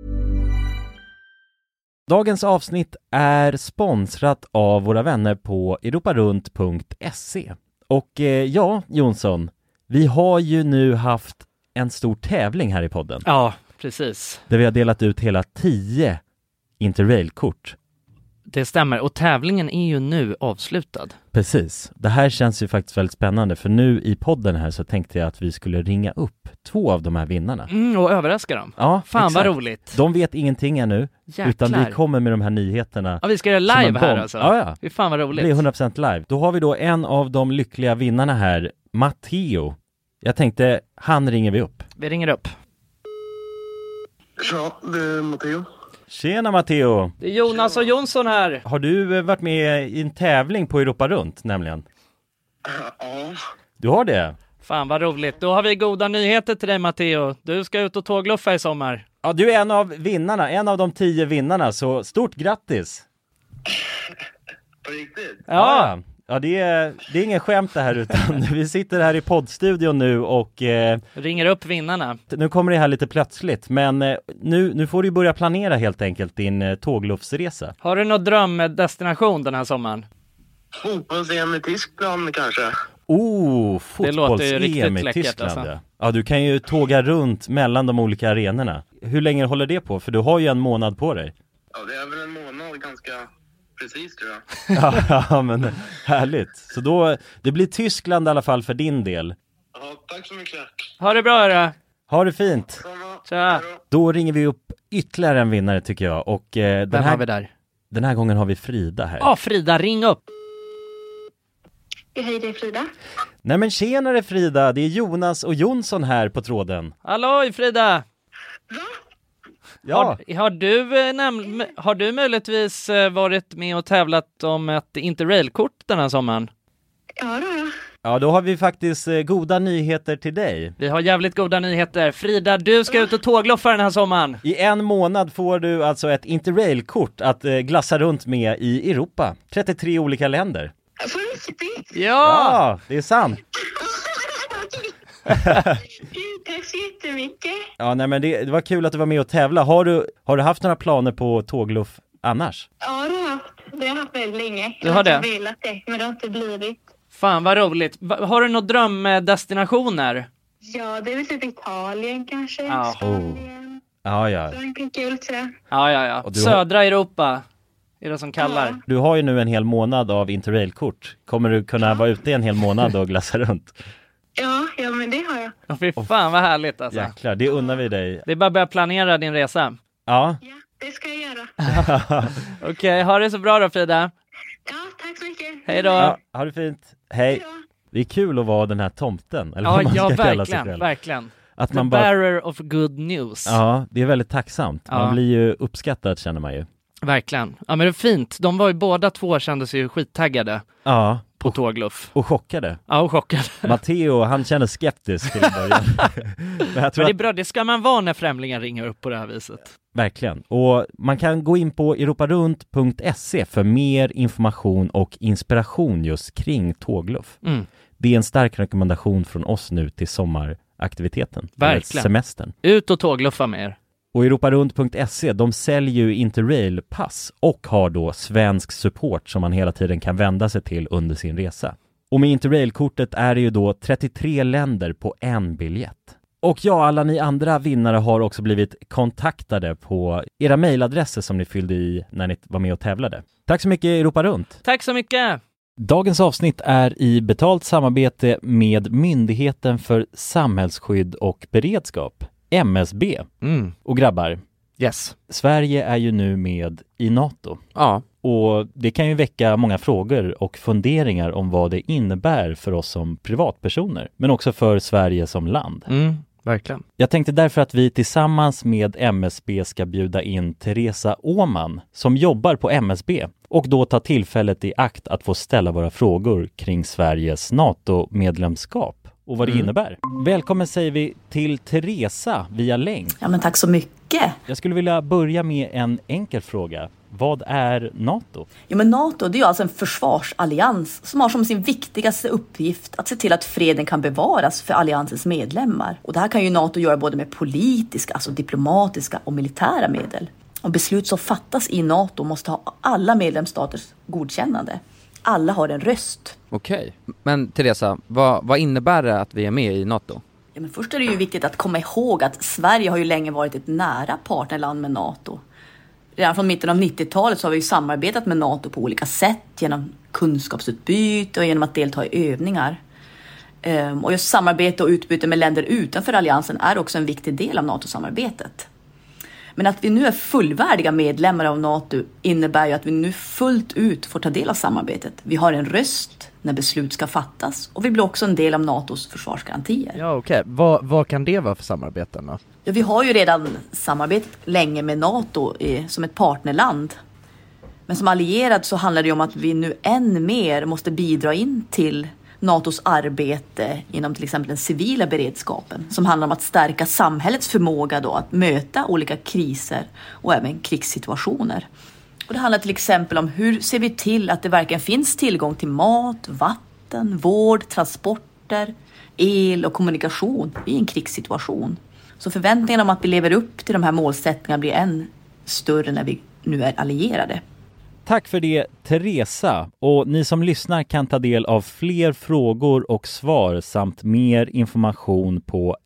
Dagens avsnitt är sponsrat av våra vänner på europarunt.se. Och ja, Jonsson, vi har ju nu haft en stor tävling här i podden. Ja, precis. Där vi har delat ut hela 10 Interrail-kort. Det stämmer, och tävlingen är ju nu avslutad. Precis. Det här känns ju faktiskt väldigt spännande, för nu i podden här så tänkte jag att vi skulle ringa upp 2 av de här vinnarna. Och överraska dem. Ja, fan exakt. vad roligt. De vet ingenting ännu, Jäklar. utan vi kommer med de här nyheterna. Ja, vi ska göra live här alltså. Ja. Det är fan vad roligt. Det blir 100% live. Då har vi då en av de lyckliga vinnarna här, Matteo. Jag tänkte, han ringer vi upp. Vi ringer upp. Ja, det är Matteo. Tjena Matteo! Det är Jonas och Jonsson här. Har du varit med i en tävling på Europa Runt nämligen? Ja. Du har det? Fan vad roligt. Då har vi goda nyheter till dig Matteo. Du ska ut och tågluffa i sommar. Ja, du är en av vinnarna, en av de 10 vinnarna, så stort grattis! På riktigt? Ja, det är ingen skämt det här, utan vi sitter här i poddstudion nu och ringer upp vinnarna. Nu kommer det här lite plötsligt, men nu får du börja planera helt enkelt din tågluffsresa. Har du någon drömdestination den här sommaren? Fotbolls-EM i Tyskland kanske. Fotbolls-EM i Tyskland. Alltså. Ja, du kan ju tåga runt mellan de olika arenorna. Hur länge håller det på? För du har ju en månad på dig. Ja, det är väl en månad ganska precis tror jag. Ja, men härligt. Så då, det blir Tyskland i alla fall för din del. Ja, tack så mycket. Ha det bra då. Ha det fint. Tja. Då ringer vi upp ytterligare en vinnare tycker jag. Och vem har vi där? Den här gången har vi Frida här. Ja, Frida, ring upp. Hej, det är Frida. Nej men tjenare Frida, det är Jonas och Jonsson här på tråden. Halloj Frida! Va? Ja. Har du möjligtvis varit med och tävlat om ett Interrail-kort den här sommaren? Ja, då. Ja, då har vi faktiskt goda nyheter till dig. Vi har jävligt goda nyheter. Frida, du ska ut och tågluffa den här sommaren. I en månad får du alltså ett Interrail-kort att glassa runt med i Europa. 33 olika länder. Ja, det är sant. Tack så jättemycket. Ja, nej men det var kul att du var med och tävla. Har du haft några planer på tågluff annars? Ja, det har jag haft väldigt länge. Du har det? Jag har velat det, men det har inte blivit. Fan vad roligt. Har du några drömdestinationer? Ja, det är väl typ Italien kanske. Ja. Spanien. Ja. Frankrike, kul sådär. Ja. Södra Europa är det som kallar. Ja. Du har ju nu en hel månad av Interrail-kort. Kommer du kunna vara ute en hel månad och glassa runt? Ja, men det har jag. Fy fan vad härligt alltså. Jäklar, det unnar vi dig. Det är bara att börja planera din resa. Ja, det ska jag göra. Okej, ha det så bra då Frida. Ja, tack så mycket. Hej då. Ja, ha det fint. Hej. Det är kul att vara den här tomten. Eller vad man ska kalla sig själv. Verkligen. Att The man bearer of good news. Ja, det är väldigt tacksamt. Man blir ju uppskattad känner man ju. Verkligen. Ja, men det är fint. De var ju båda två kände sig ju skittaggade. Ja. På tågluff. Och chockade. Ja, och chockade. Matteo, han känner skeptisk till början. Men det är bra, det ska man vara när främlingar ringer upp på det här viset. Verkligen. Och man kan gå in på europarunt.se för mer information och inspiration just kring tågluff. Det är en stark rekommendation från oss nu till sommaraktiviteten. Verkligen. Semestern. Ut och tågluffa med er. Och europarunt.se, de säljer ju Interrail-pass och har då svensk support som man hela tiden kan vända sig till under sin resa. Och med Interrail-kortet är det ju då 33 länder på en biljett. Och ja, alla ni andra vinnare har också blivit kontaktade på era mejladresser som ni fyllde i när ni var med och tävlade. Tack så mycket Europa Runt! Tack så mycket! Dagens avsnitt är i betalt samarbete med Myndigheten för samhällsskydd och beredskap, MSB. Och grabbar, yes. Sverige är ju nu med i NATO. Ja. Och det kan ju väcka många frågor och funderingar om vad det innebär för oss som privatpersoner, men också för Sverige som land. Verkligen. Jag tänkte därför att vi tillsammans med MSB ska bjuda in Teresa Åman som jobbar på MSB och då ta tillfället i akt att få ställa våra frågor kring Sveriges NATO-medlemskap och vad det innebär. Välkommen säger vi till Teresa via länk. Ja, men tack så mycket. Jag skulle vilja börja med en enkel fråga. Vad är NATO? Ja, men NATO, det är alltså en försvarsallians som har som sin viktigaste uppgift att se till att freden kan bevaras för alliansens medlemmar. Och det här kan ju NATO göra både med politiska, alltså diplomatiska och militära medel. Och beslut som fattas i NATO måste ha alla medlemsstaters godkännande. Alla har en röst. Okej. Men Teresa, vad innebär det att vi är med i NATO? Ja, men först är det ju viktigt att komma ihåg att Sverige har ju länge varit ett nära partnerland med NATO. Redan från mitten av 90-talet så har vi ju samarbetat med NATO på olika sätt genom kunskapsutbyte och genom att delta i övningar. Och just samarbete och utbyte med länder utanför alliansen är också en viktig del av NATO-samarbetet. Men att vi nu är fullvärdiga medlemmar av NATO innebär ju att vi nu fullt ut får ta del av samarbetet. Vi har en röst när beslut ska fattas och vi blir också en del av NATOs försvarsgarantier. Ja, okej. Vad kan det vara för samarbeten då? Ja, vi har ju redan samarbetat länge med NATO som ett partnerland. Men som allierad så handlar det om att vi nu än mer måste bidra in till NATOs arbete inom till exempel den civila beredskapen som handlar om att stärka samhällets förmåga då att möta olika kriser och även krigssituationer. Och det handlar till exempel om hur ser vi till att det verkligen finns tillgång till mat, vatten, vård, transporter, el och kommunikation i en krigssituation. Så förväntningarna om att vi lever upp till de här målsättningarna blir än större när vi nu är allierade. Tack för det Teresa, och ni som lyssnar kan ta del av fler frågor och svar samt mer information på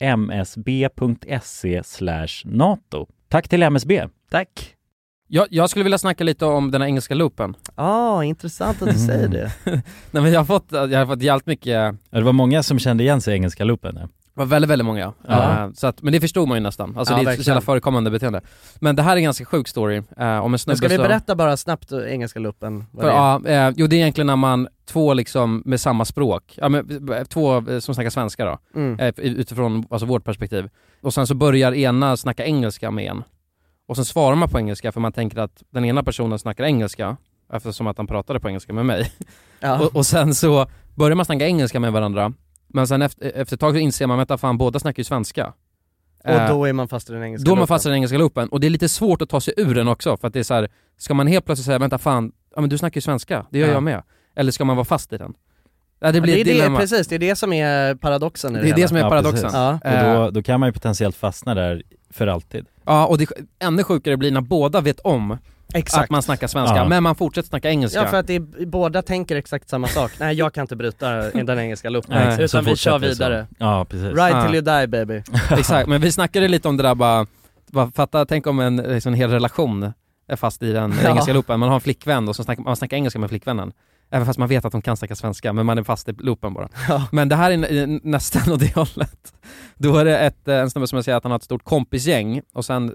msb.se/NATO. Tack till MSB. Tack. Jag skulle vilja snacka lite om den här engelska loopen. Intressant att du säger det. Nej, men jag har fått jävligt mycket. Det var många som kände igen sig i engelska loopen. Det var väldigt, väldigt många. Så att, men det förstod man ju nästan. Alltså det är ett så förekommande beteende. Men det här är en ganska sjuk story om en snubbe. Ska vi berätta bara snabbt engelska loopen? Jo, det är egentligen när man två liksom med samma språk. Två som snackar svenska då. Utifrån alltså vårt perspektiv. Och sen så börjar ena snacka engelska med en. Och sen svarar man på engelska för man tänker att den ena personen snackar engelska eftersom att han pratade på engelska med mig. Ja. och sen så börjar man snacka engelska med varandra. Men sen efter ett tag så inser man att fan, båda snackar ju svenska. Och då är man fast i den engelska loopen. Då är man fast i den engelska loopen. Och det är lite svårt att ta sig ur den också. För att det är så här, ska man helt plötsligt säga, vänta fan, men du snackar ju svenska, det gör jag med. Eller ska man vara fast i den? Det blir precis, det är det som är paradoxen. Det är det som är paradoxen. Ja. Och då kan man ju potentiellt fastna där för alltid. Ja, och det ännu sjukare blir när båda vet om att man snackar svenska, men man fortsätter snacka engelska. Ja, för att båda tänker exakt samma sak. Nej, jag kan inte bryta den engelska loopen. Utan vi kör vidare. Ja, precis. Ride till you die, baby. Exakt, men vi snackade lite om det där bara fatta, tänk om en hel relation är fast i den engelska loopen. Man har en flickvän och så man snackar engelska med flickvännen. Även fast man vet att de kan snacka svenska, men man är fast i loopen bara. Ja. Men det här är nästan åt det hållet. Då är det en snubbe som jag säger att han har ett stort kompisgäng. Och sedan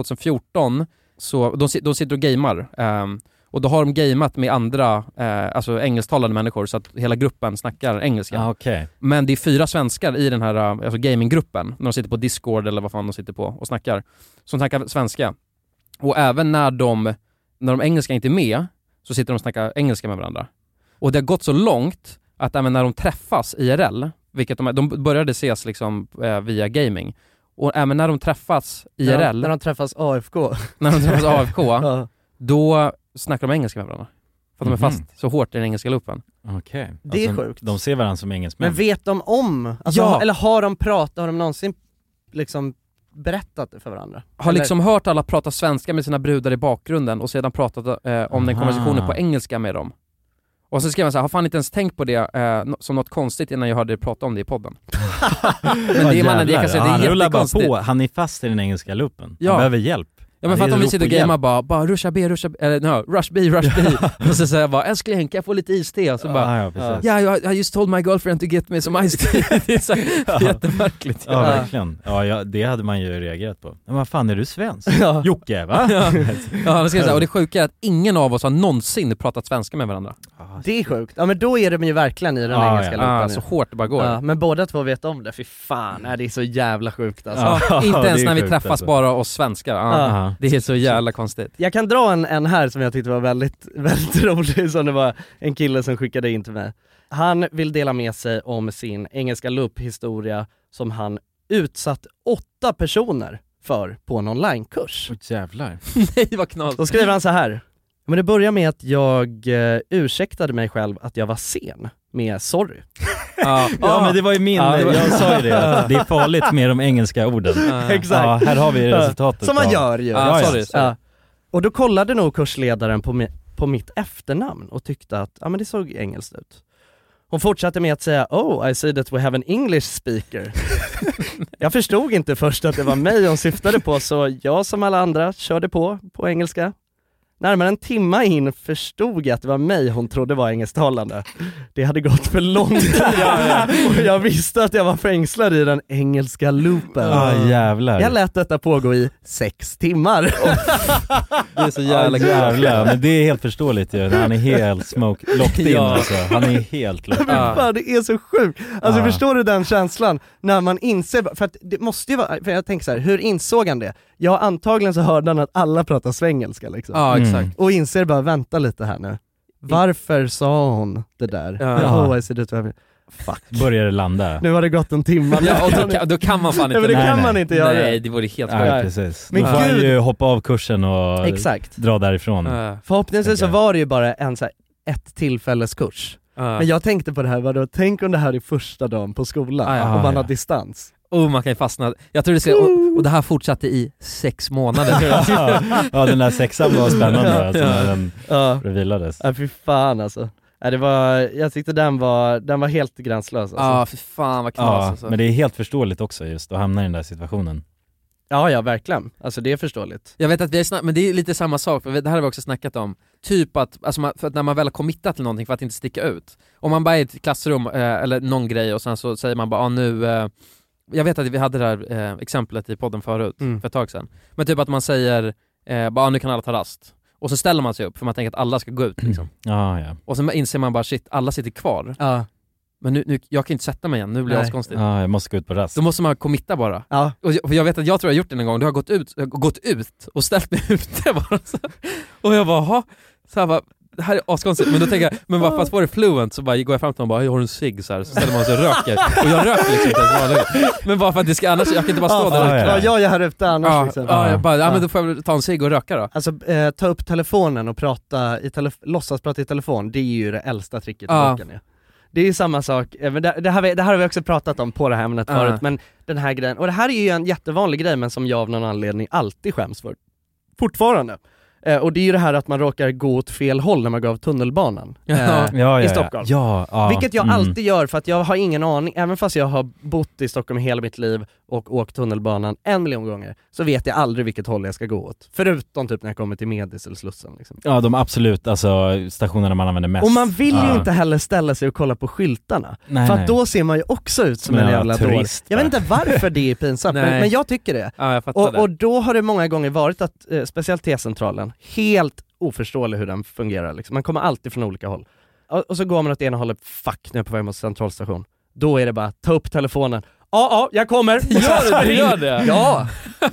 2014 så de sitter och gamer. Och då har de gameat med andra alltså engelsktalande människor så att hela gruppen snackar engelska. Okay. Men det är 4 svenskar i den här alltså gaminggruppen när de sitter på Discord eller vad fan de sitter på och snackar. Som snackar svenska. Och även när de engelska inte är med så sitter de och snackar engelska med varandra. Och det har gått så långt att även när de träffas IRL, vilket de började ses liksom via gaming, och även när de träffas IRL, när de träffas AFK då snackar de engelska med varandra. För att de är fast så hårt i den engelska loopen. Okej. Det är sjukt. De ser varandra som engelsmän. Men vet de om? Alltså, eller har de någonsin liksom berättat det för varandra. Har liksom hört alla prata svenska med sina brudar i bakgrunden och sedan pratat om den konversationen på engelska med dem. Och så skrev han så här, har fan inte ens tänkt på det som något konstigt innan jag hörde dig prata om det i podden. Men det är mannen, jag kan säga, det är jättekonstigt. Han är fast i den engelska loopen. Ja. Han behöver hjälp. Ja, men för att om vi sitter och gamer bara rush B, eller rush B. Och så säger jag bara, älskling, kan jag få lite iste? Och så bara, I just told my girlfriend to get me some ice tea. Det är så jättemärkligt. Ja, verkligen. Ja, det hade man ju reagerat på. Men vad fan, är du svensk? Jocke, va? Ja, det ska jag säga. Och det sjuka är att ingen av oss har någonsin pratat svenska med varandra. Det är sjukt. Ja, men då är de ju verkligen i den engelska loopen. Så hårt det bara går. Ja, men båda två vet om det. Fy fan, det är så jävla sjukt alltså. Inte ens när vi träffas alltså. Bara oss svenskar. Det är så jävla konstigt. Jag kan dra en här som jag tyckte var väldigt, väldigt rolig, som det var en kille som skickade in till mig. Han vill dela med sig om sin engelska loop-historia som han utsatt 8 personer för på en onlinekurs. Jävlar. Nej, vad knas. Då skriver han så här. Men det börjar med att jag ursäktade mig själv att jag var sen med sorry. Ja, men det var ju jag sa ju det. Det är farligt med de engelska orden. Exakt. Ja, här har vi resultatet. Som man gör ju. Sorry. Och då kollade nog kursledaren på mitt efternamn och tyckte att men det såg engelskt ut. Hon fortsatte med att säga, I see that we have an English speaker. Jag förstod inte först att det var mig hon syftade på, så jag som alla andra körde på engelska. Närmare en timma in förstod jag att det var mig hon trodde var engelsktalande. Det hade gått för långt. Och jag visste att jag var fängslad i den engelska loopen. Jävlar. Jag lät detta pågå i 6 timmar. Det är så jävla men det är helt förståeligt ju. När han är helt locked in alltså. Han är helt locked in. Fan, det är så sjukt. Alltså förstår du den känslan när man inser, för att det måste ju vara, för jag tänker så här, hur insåg han det? Ja, antagligen så hörde han att alla pratar svengelska liksom. Ja, exakt. Och inser bara, vänta lite här nu. Varför sa hon det där? Fuck. Börjar det landa. Nu har det gått en timme. Och då kan man fan inte. Men det kan man inte göra. Nej, det vore helt sjukt. Precis. Men då får han ju hoppa av kursen och dra därifrån. Förhoppningsvis så var det ju bara ett tillfälleskurs. Men jag tänkte på det här, tänk om det här är första dagen på skolan och man har distans. Man kan ju fastna. Jag tror det ska, och det här fortsatte i 6 månader. Ja, den där 6:an var spännande alltså, när den revilades. Ja, fy fan alltså. Jag tyckte den var helt gränslös alltså. Ja, fy fan vad knas alltså. Men det är helt förståeligt också just att hamna i den där situationen. Ja, verkligen. Alltså det är förståeligt. Jag vet att vi men det är lite samma sak, för det här har vi också snackat om. Typ att, alltså för att när man väl har committat till någonting för att inte sticka ut. Om man bara är i ett klassrum eller någon grej och sen så säger man bara nu... Jag vet att vi hade det här exemplet i podden förut, för ett tag sedan. Men typ att man säger, bara nu kan alla ta rast. Och så ställer man sig upp för man tänker att alla ska gå ut liksom. Ja. Och så inser man bara, shit, alla sitter kvar. Men nu jag kan inte sätta mig igen, nu blir det konstigt. Ja, jag måste gå ut på rast. Då måste man committa bara. Och jag vet att jag tror jag har gjort det en gång. Du har gått ut och ställt mig ute bara. Och jag bara, så här bara, det här är askonstigt, men då tänker jag, men bara för att få det fluent så bara går jag fram till honom och bara, jag har en cigg så här, så ställer man sig och röker. Och jag röker liksom inte ens vanligt. Men bara för att det ska, annars, jag kan inte bara stå där. Jag är här ute annars liksom. Jag bara, men då får jag ta en cigg och röka då. Alltså ta upp telefonen och låtsas prata i telefon, det är ju det äldsta tricket i boken. Det är ju samma sak, det här har vi också pratat om på det här ämnet förut, men den här grejen, och det här är ju en jättevanlig grej men som jag av någon anledning alltid skäms för. Fortfarande. Och det är ju det här att man råkar gå åt fel håll när man går av tunnelbanan i Stockholm. Vilket jag alltid gör, för att jag har ingen aning, även fast jag har bott i Stockholm hela mitt liv och åkt tunnelbanan 1 miljon gånger, så vet jag aldrig vilket håll jag ska gå åt. Förutom typ när jag kommer till Medis eller Slussen liksom. Ja, de absolut, alltså stationerna man använder mest. Och man vill ju inte heller ställa sig och kolla på skyltarna. För att då ser man ju också ut som en jävla turist. Jag vet inte varför det är pinsamt, men jag tycker det. Jag fattar det. Och då har det många gånger varit att, speciellt T-centralen, helt oförståelig hur den fungerar liksom. Man kommer alltid från olika håll. Och så går man åt ena hållet, fuck, nu är jag på väg mot centralstation. Då är det bara, ta upp telefonen. Ja, jag kommer. Gör det? Ja,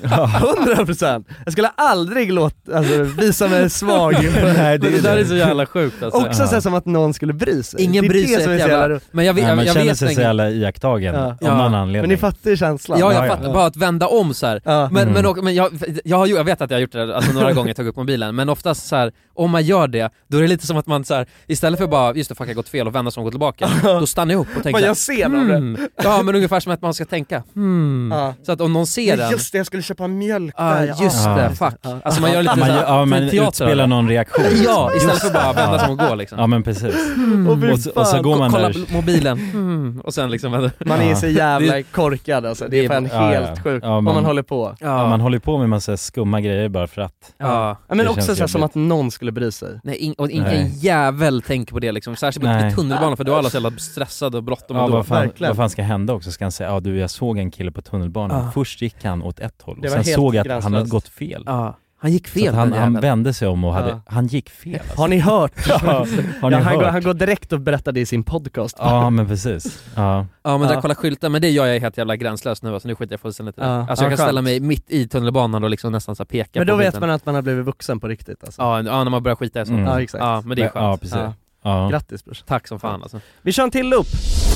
100%. Jag skulle aldrig visa mig svag. Nej, det där är så jävla sjukt alltså. Också så som att någon skulle bry sig. Ingen bryr sig jävla. Men jag känner sig så jävla iakttagen av någon anledning. Men ni fattar ju känslan. Ja, jag fattar. Bara att vända om så här. Men jag vet att jag har gjort det alltså, några gånger, tagit upp mobilen. Men oftast så här, om man gör det, då är det lite som att man så här, istället för bara, just det, fuck, jag gått fel och vända som går tillbaka, då stannar jag upp och tänker jag ser det. Ja, men ungefär som att man man ska tänka. Så att om någon ser den... Just det, jag skulle köpa mjölk där. Just det, fuck. Alltså man gör lite men utspelar någon reaktion. Ja, istället för bara vända som att gå liksom. Ja, men precis. Och så går man kolla där. Mobilen. Och sen liksom... Man är så jävla korkad alltså. Det är fan helt sjukt om man håller på. Ja, man håller på med massa skumma grejer bara för att. Men också så som att någon skulle bry sig. Nej, och ingen jävel tänker på det liksom. Särskilt på tunnelbanan, för då är alla så jävla stressade och bråttom. Vad fan ska hända också? Ska han säga, jag såg en kille på tunnelbanan. Först gick han åt ett håll och sen såg jag att han hade gått fel. Han gick fel. Han vände sig om och han gick fel. Alltså. Har ni hört? Han går direkt och berättar det i sin podcast. Ja, men precis. Ja, men där kolla skyltar, men det gör jag helt jävla gränslöst nu, alltså nu skiter jag fullständigt i det. Alltså jag kan ställa mig mitt i tunnelbanan och liksom nästan så peka. Men då vet man att man har blivit vuxen på riktigt alltså. Ja, när man börjar skita i sånt. Ja, exakt. Ja, men det är skönt. Ja, precis. Grattis brors. Tack som fan alltså. Vi kör en till loop.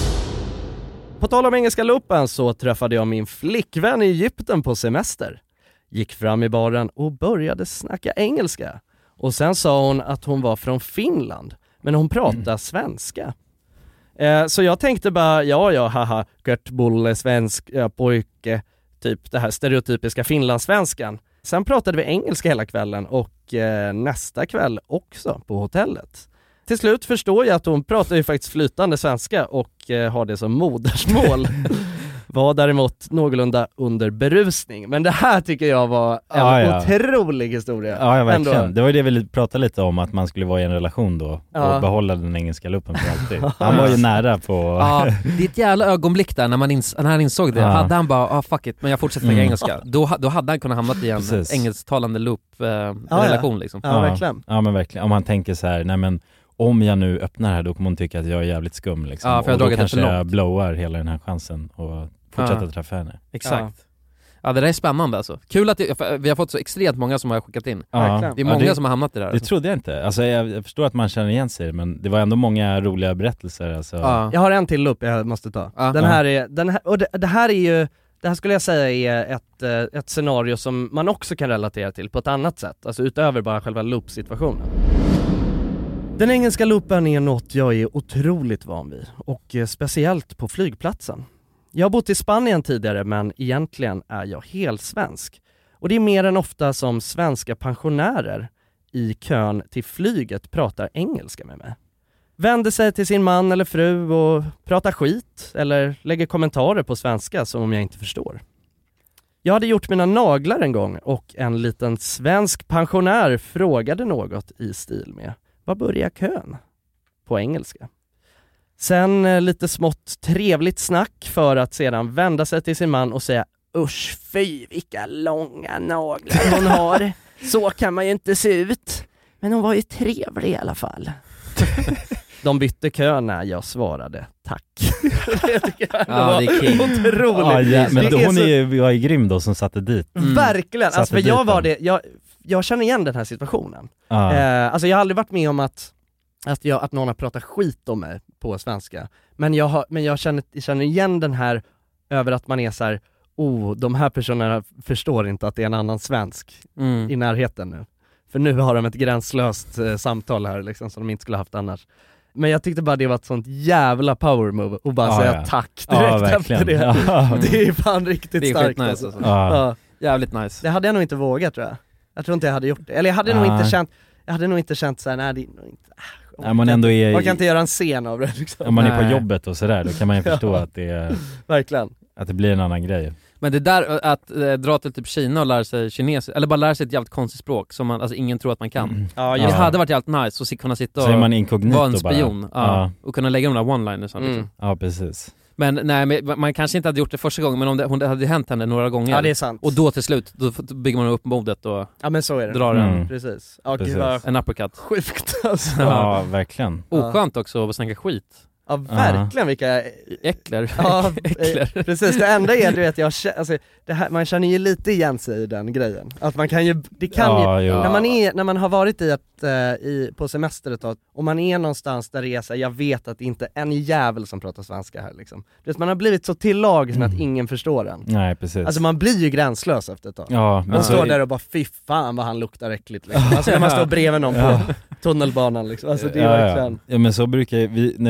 På tal om engelska loopen så träffade jag min flickvän i Egypten på semester. Gick fram i baren och började snacka engelska. Och sen sa hon att hon var från Finland, men hon pratar svenska. Så jag tänkte bara, haha, göttbulle, svensk pojke, typ det här stereotypiska finlandssvenskan. Sen pratade vi engelska hela kvällen och nästa kväll också på hotellet. Till slut förstår jag att hon pratar ju faktiskt flytande svenska och har det som modersmål. Var däremot någorlunda under berusning. Men det här tycker jag var en otrolig historia. Ja, verkligen. Ändå. Det var ju det vi pratade lite om, att man skulle vara i en relation då och behålla den engelska luppen för alltid. Han var ju nära på... Ja, det är ett jävla ögonblick där när han insåg det. Hade han bara, fuck it, men jag fortsätter med engelska. Då hade han kunnat hamna i en engelsktalande loop-relation liksom. Ja, verkligen. Ja, men verkligen. Om man tänker så här, nej men om jag nu öppnar här, då kommer hon tycka att jag är jävligt skum liksom. Ja, för och då kanske jag blowar hela den här chansen och fortsätta träffa henne. Exakt. Ja, det där är spännande alltså. Kul att vi har fått så extremt många som har skickat in. Ja. Det är många som har hamnat i det här. Det trodde jag inte. Alltså jag förstår att man känner igen sig, men det var ändå många roliga berättelser alltså. Jag har en till upp jag måste ta. Det här skulle jag säga är ett scenario som man också kan relatera till på ett annat sätt, alltså utöver bara själva loop-situationen. Den engelska loopen är något jag är otroligt van vid, och speciellt på flygplatsen. Jag har bott i Spanien tidigare, men egentligen är jag helt svensk. Och det är mer än ofta som svenska pensionärer i kön till flyget pratar engelska med mig. Vänder sig till sin man eller fru och pratar skit eller lägger kommentarer på svenska som om jag inte förstår. Jag hade gjort mina naglar en gång och en liten svensk pensionär frågade något i stil med: var börjar kön? På engelska. Sen lite smått trevligt snack för att sedan vända sig till sin man och säga: usch fy, vilka långa naglar hon har. Så kan man ju inte se ut. Men hon var ju trevlig i alla fall. De bytte kö när jag svarade tack. Det är king. Otroligt. Men hon var ju grym då som satte dit. Verkligen. Alltså, för jag känner igen den här situationen. Alltså jag har aldrig varit med om att någon har pratat skit om mig på svenska. Men jag känner igen den här över att man är så här: de här personerna förstår inte att det är en annan svensk i närheten nu. För nu har de ett gränslöst samtal här liksom, som de inte skulle haft annars. Men jag tyckte bara det var ett sånt jävla power move och bara säga tack direkt efter det. Det är fan riktigt starkt. Det är nice alltså. Jävligt nice. Det hade jag nog inte vågat, tror jag. Jag tror inte jag hade gjort det. Eller jag hade nog inte känt så här, nej det är nog inte... man kan inte göra en scen av det liksom. Om man är på jobbet och sådär, då kan man ju förstå att det är... Verkligen. Att det blir en annan grej. Men det där att dra till typ Kina och lära sig kinesiska, eller bara lära sig ett jävligt konstigt språk som man, alltså ingen tror att man kan. Det hade varit jävligt nice att kunna sitta och vara en spion och kunna lägga de där one-liners liksom. Ja, precis. Men nej, man kanske inte hade gjort det första gången, men om det hade hänt henne några gånger. Ja, det är sant. Och då till slut, då bygger man upp modet och men så är det. Drar den. Precis. En uppercut. Sjukt alltså. Ja, verkligen. Oskönt också att snacka skit. Ja, verkligen, vilka äckler. Ja, äckler. Precis, det enda är, du vet, alltså, det här, man känner ju lite igen sig i den grejen. Att man kan ju, när man har varit på semester ett tag, och man är någonstans där det är så här, jag vet att det inte är en jävel som pratar svenska här liksom. Man har blivit så tillagen att ingen förstår den. Nej, precis. Alltså man blir ju gränslös efter ett tag. Ja, man står där och bara, fy fan vad han luktar äckligt liksom. Alltså när man står bredvid någon på tunnelbanan liksom. Alltså det är verkligen... Ja, men så brukar vi, när vi reser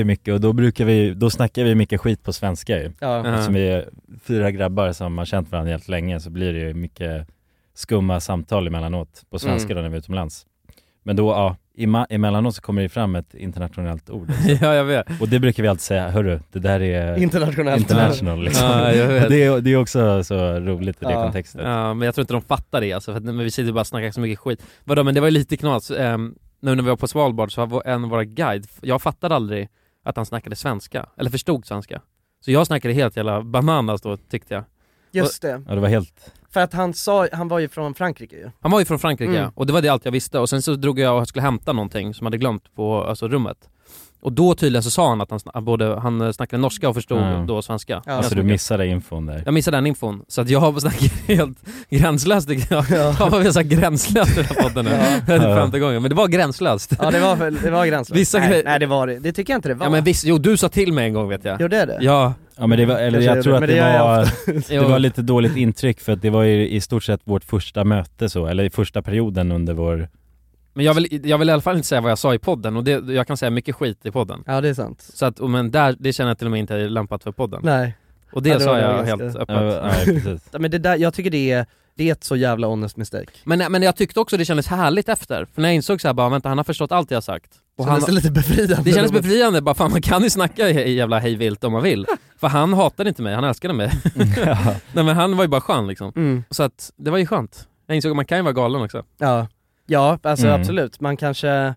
ju mycket och då snackar vi mycket skit på svenska ju. Eftersom vi är 4 grabbar som har känt varandra helt länge så blir det ju mycket skumma samtal emellanåt på svenska då när vi är utomlands. Men då, emellanåt så kommer det fram ett internationellt ord. Ja, jag vet. Och det brukar vi alltid säga, hörru, det där är international liksom. Ja, jag vet. Det är också så roligt i det kontextet. Ja, men jag tror inte de fattar det alltså, för men vi sitter bara och snackar så mycket skit. Vadå, men det var ju lite knas. Nu när vi var på Svalbard så var en av våra guide, jag fattade aldrig att han snackade svenska, eller förstod svenska. Så jag snackade helt jävla bananas då, tyckte jag. Just det. Ja, det var helt... För att han var ju från Frankrike ju. Han var ju från Frankrike, och det var det allt jag visste. Och sen så drog jag och skulle hämta någonting som jag hade glömt på rummet. Och då tydligen så sa han att han snackade norska och förstod då svenska. Ja. Alltså du missade infon där. Jag missade den infon. Så att jag snackade helt gränslöst. Jag var väl så gränslöst i den här podden nu. 5:e gången. Men det var gränslöst. Ja, det var gränslöst. Nej, det var det. Det tycker jag inte det var. Ja, men jo, du sa till mig en gång, vet jag. Gjorde det? Ja. Ja, men det var, eller jag tror att det var lite dåligt intryck för att det var ju i stort sett vårt första möte så, eller i första perioden under vår... Men jag vill i alla fall inte säga vad jag sa i podden, och jag kan säga mycket skit i podden. Ja, det är sant. Så att, men det känner jag till och med inte är lämpat för podden. Nej. Och det sa jag helt öppet. Nej, precis. Men det där, jag tycker det är ett så jävla honest mistake. Men jag tyckte också det kändes härligt efter. För när jag insåg så här, bara vänta, han har förstått allt jag har sagt. Och det kändes lite befriande. Det kändes befriande, bara fan man kan ju snacka jävla hejvilt om man vill. För han hatade inte mig, han älskade mig. Nej, men han var ju bara skön liksom. Så att det var ju skönt. Jag insåg att man kan ju vara galen också. Ja, alltså absolut. Man kanske...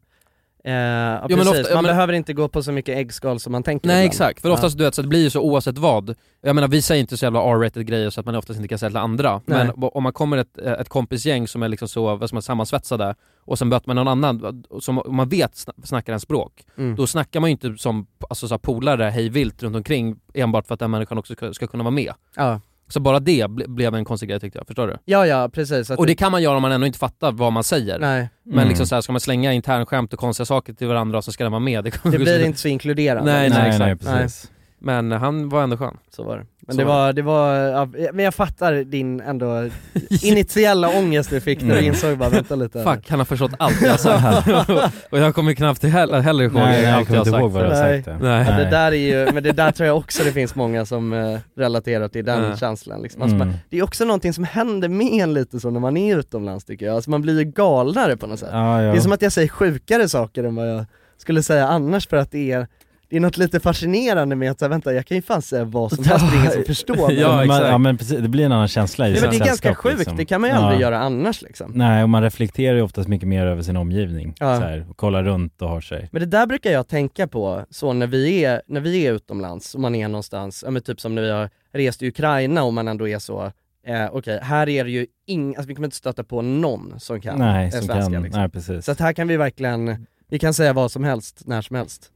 precis. Man behöver inte gå på så mycket äggskal som man tänker. Nej, ibland. exakt. För oftast du vet, så det blir ju så oavsett vad. Jag menar, vi säger inte så jävla R-rated grejer så att man oftast inte kan säga till andra. Nej. Men om man kommer ett kompisgäng som är liksom så, vad som är sammansvetsade, och sen möter man någon annan som man vet snackar en språk, då snackar man ju inte som alltså, så polare hejvilt runt omkring enbart för att den människan också ska kunna vara med. Ja. Så bara det blev en konstig grej, tyckte jag, förstår du? Ja, precis. Och det kan man göra om man ändå inte fattar vad man säger. Nej. Men liksom så här, ska man slänga internskämt och konstiga saker till varandra så ska den vara med. Det blir inte så inkluderande. Nej, exakt. Precis. Men han var ändå skön. Så var det. Men det var men jag fattar din ändå initiella ångest du fick när du insåg bara vänta lite. Fuck, han har förstått allt jag sagt. Och jag kommer knappt heller ihåg allt jag har sagt. Nej. Det där är ju, men det där tror jag också det finns många som relaterar till den känslan liksom. Alltså, det är också någonting som händer med en lite så när man är utomlands, tycker jag. Alltså man blir ju galnare på något sätt. Det är som att jag säger sjukare saker än vad jag skulle säga annars, för att det är något lite fascinerande med att säga, vänta, jag kan ju fan säga vad som helst, ingen som förstår mig. Ja, men precis, det blir en annan känsla i men det är ganska sjukt, liksom. Det kan man ju aldrig göra annars liksom. Nej, och man reflekterar ju oftast mycket mer över sin omgivning så här, och kollar runt och har sig. Men det där brukar jag tänka på så när vi är utomlands och man är någonstans, men typ som när vi har rest i Ukraina och man ändå är så okej, här är det ju alltså vi kommer inte stöta på någon som kan svenska liksom. Nej, precis. Så att här kan vi verkligen, vi kan säga vad som helst, när som helst.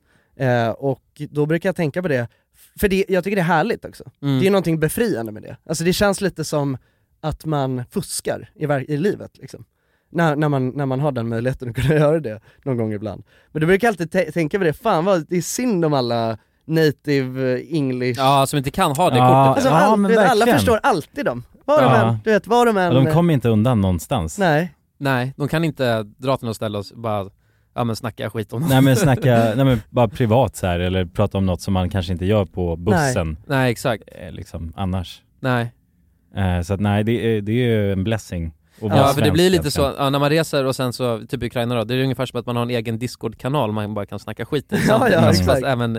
Och då brukar jag tänka på det, för jag tycker det är härligt också. Det är någonting befriande med det. Alltså det känns lite som att man fuskar i livet liksom. När man har den möjligheten att kunna göra det någon gång ibland. Men då brukar jag alltid tänka på det, fan det är synd om alla native English. Ja, som inte kan ha det kortet. Alltså, alla förstår alltid dem. Var de än. De kommer inte undan någonstans. Nej, de kan inte dra till något ställe och bara snacka skit om. Nej men bara privat så här, eller prata om något som man kanske inte gör på bussen. Nej, exakt. Liksom annars. Nej. Så att nej, det är ju en blessing. Ja, för det blir lite så när man reser och sen så typ i Ukraina då, det är ungefär som att man har en egen Discord-kanal man bara kan snacka skit i. Fast även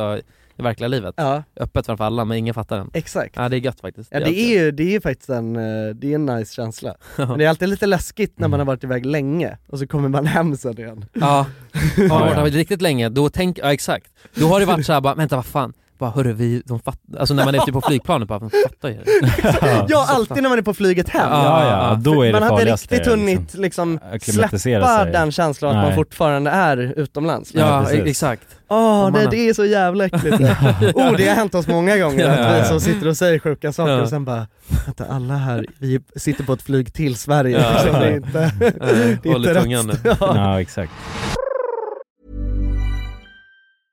i verkliga livet. Öppet framför alla, men ingen fattar den. Exakt. Ja, det är gött faktiskt. Ja, det är ju faktiskt en nice känsla. Men det är alltid lite läskigt när man har varit iväg länge och så kommer man hem sen igen. Ja. Har man varit riktigt länge, då exakt. Då har det varit så här bara, vänta, vad fan? Bara, hörru, de fattar. Alltså när man är ute på flygplanet, bara, de fattar ju det. Ja, alltid när man är på flyget hem. Ja, då är det man farligaste. Man hade riktigt hunnit liksom släppa den känslan att man fortfarande är utomlands. Ja, exakt. Det är så jävla äckligt. Det har hänt oss många gånger att vi så sitter och säger sjuka saker och sen bara, vänta, alla här, vi sitter på ett flyg till Sverige. Det är inte håller tungan nu. Ja, exakt.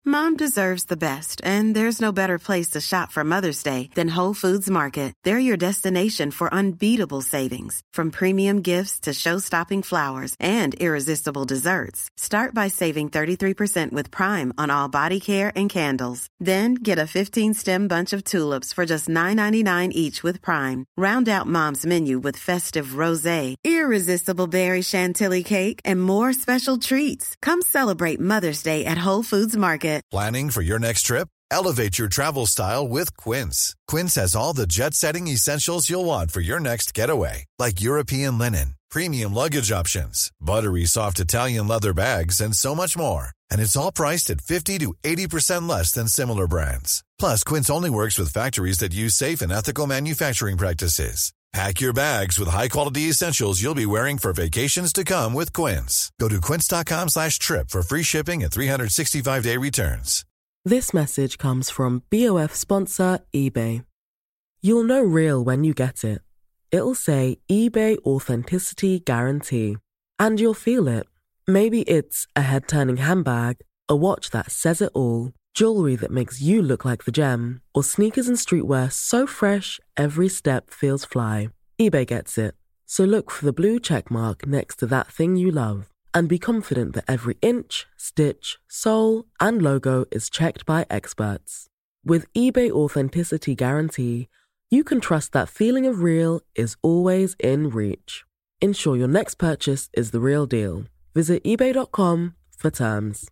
Mom deserves the best, and there's no better place to shop for Mother's Day than Whole Foods Market. They're your destination for unbeatable savings, from premium gifts to show-stopping flowers and irresistible desserts. Start by saving 33% with Prime on all body care and candles. Then get a 15-stem bunch of tulips for just $9.99 each with Prime. Round out Mom's menu with festive rosé, irresistible berry chantilly cake, and more special treats. Come celebrate Mother's Day at Whole Foods Market. Planning for your next trip? Elevate your travel style with Quince. Quince has all the jet-setting essentials you'll want for your next getaway, like European linen, premium luggage options, buttery soft Italian leather bags, and so much more. And it's all priced at 50 to 80% less than similar brands. Plus, Quince only works with factories that use safe and ethical manufacturing practices. Pack your bags with high-quality essentials you'll be wearing for vacations to come with Quince. Go to quince.com/trip for free shipping and 365-day returns. This message comes from BOF sponsor eBay. You'll know real when you get it. It'll say eBay Authenticity Guarantee. And you'll feel it. Maybe it's a head-turning handbag, a watch that says it all, jewelry that makes you look like the gem, or sneakers and streetwear so fresh every step feels fly. eBay gets it. So look for the blue check mark next to that thing you love and be confident that every inch, stitch, sole, and logo is checked by experts. With eBay Authenticity Guarantee, you can trust that feeling of real is always in reach. Ensure your next purchase is the real deal. Visit ebay.com for terms.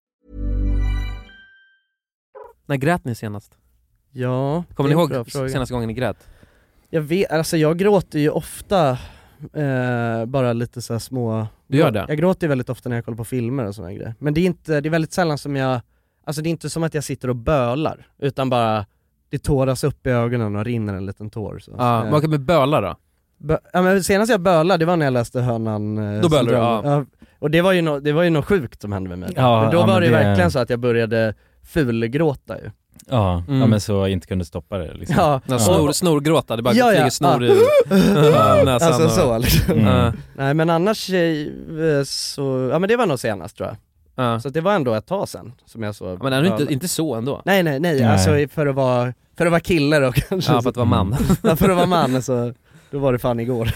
När grät ni senast? Ja. Kommer ni ihåg senaste gången ni grät? Jag vet, alltså jag gråter ju ofta bara lite så här små. Du gör det? Jag gråter ju väldigt ofta när jag kollar på filmer och såna grejer. Men det är väldigt sällan som jag, alltså det är inte som att jag sitter och bölar, utan bara det tåras upp i ögonen och rinner en liten tår så. Ja, vad kan med böla då? Ja, men senast jag bölade, det var när jag läste Hönan. Då bölade du, ja. Och det var ju något sjukt som hände med mig. Ja, men då var det verkligen så att jag började fulgråta ju. Ja, men så inte kunde stoppa det liksom. Ja. Snorgråta, det bara flyger snor i näsan. Alltså så liksom. Nej, men annars så, ja men det var nog senast tror jag. Så det var ändå ett tag sen som jag så. Men är du inte så ändå? Nej, alltså för att vara kille då kanske. Ja, för att vara man. Ja, för att vara man så då var det fan igår.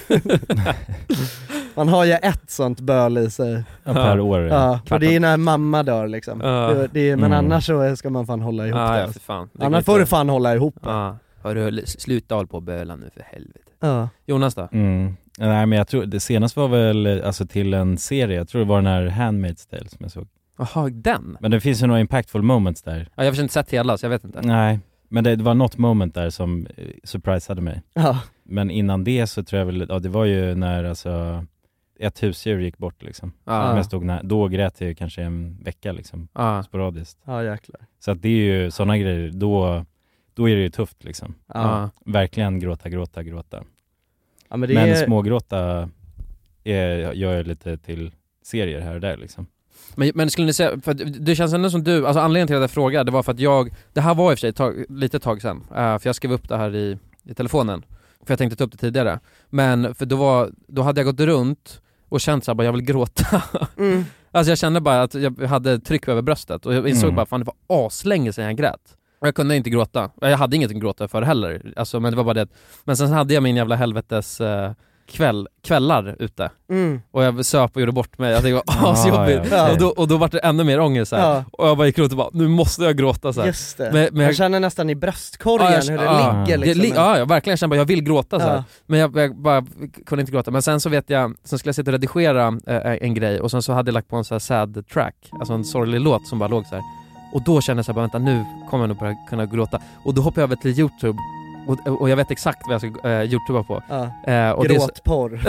Man har ju ett sånt böl i sig per år. Ja, och det är när mamma dör liksom. Men annars så ska man fan hålla ihop det. Fan. Annars får du fan hålla ihop det. Har du slutat hålla på och böla nu för helvete? Jonas då? Nej, men jag tror det senaste var väl alltså till en serie. Jag tror det var den här Handmaid's Tale som jag såg. Jaha, den? Men det finns ju några impactful moments där. Ja, jag har inte sett hela så jag vet inte. Nej, men det var något moment där som surprisade mig. Ja. Men innan det så tror jag väl, det var ju när alltså ett husdjur gick bort liksom. Då grät jag kanske en vecka liksom, sporadiskt. Ja, jäklar. Så att det är ju sådana grejer, då är det ju tufft liksom. Verkligen gråta. Ja, men smågråta gör jag lite till serier här och där liksom. Men skulle ni säga, för det känns ändå som du, alltså anledningen till att jag frågade, det var för att det här var i och för sig lite tag sedan, för jag skrev upp det här i telefonen, för jag tänkte ta upp det tidigare, men för då hade jag gått runt och känt så här, bara jag vill gråta. Alltså jag kände bara att jag hade tryck över bröstet och jag insåg bara, fan det var aslänge sedan jag grät. Och jag kunde inte gråta, jag hade inget att gråta för heller, alltså, men det var bara det. Men sen hade jag min jävla helvetes kvällar ute. Och jag söp och gjorde bort mig. Jag tänkte det var asjobbigt. Och då var det ännu mer ångest så här. Och jag bara gick runt och bara, nu måste jag gråta så här. Just det. Men jag känner nästan i bröstkorgen hur det ligger liksom. Jag verkligen känner bara, jag vill gråta så här. Men jag bara kunde inte gråta. Men sen så vet jag, sen skulle jag sitta och redigera en grej, och sen så hade jag lagt på en så här sad track, alltså en sorglig låt som bara låg så här. Och då kände jag så här, vänta, nu kommer jag nog börja kunna gråta. Och då hoppade jag över till YouTube. Och jag vet exakt vad jag ska YouTubea på. Gråtporr.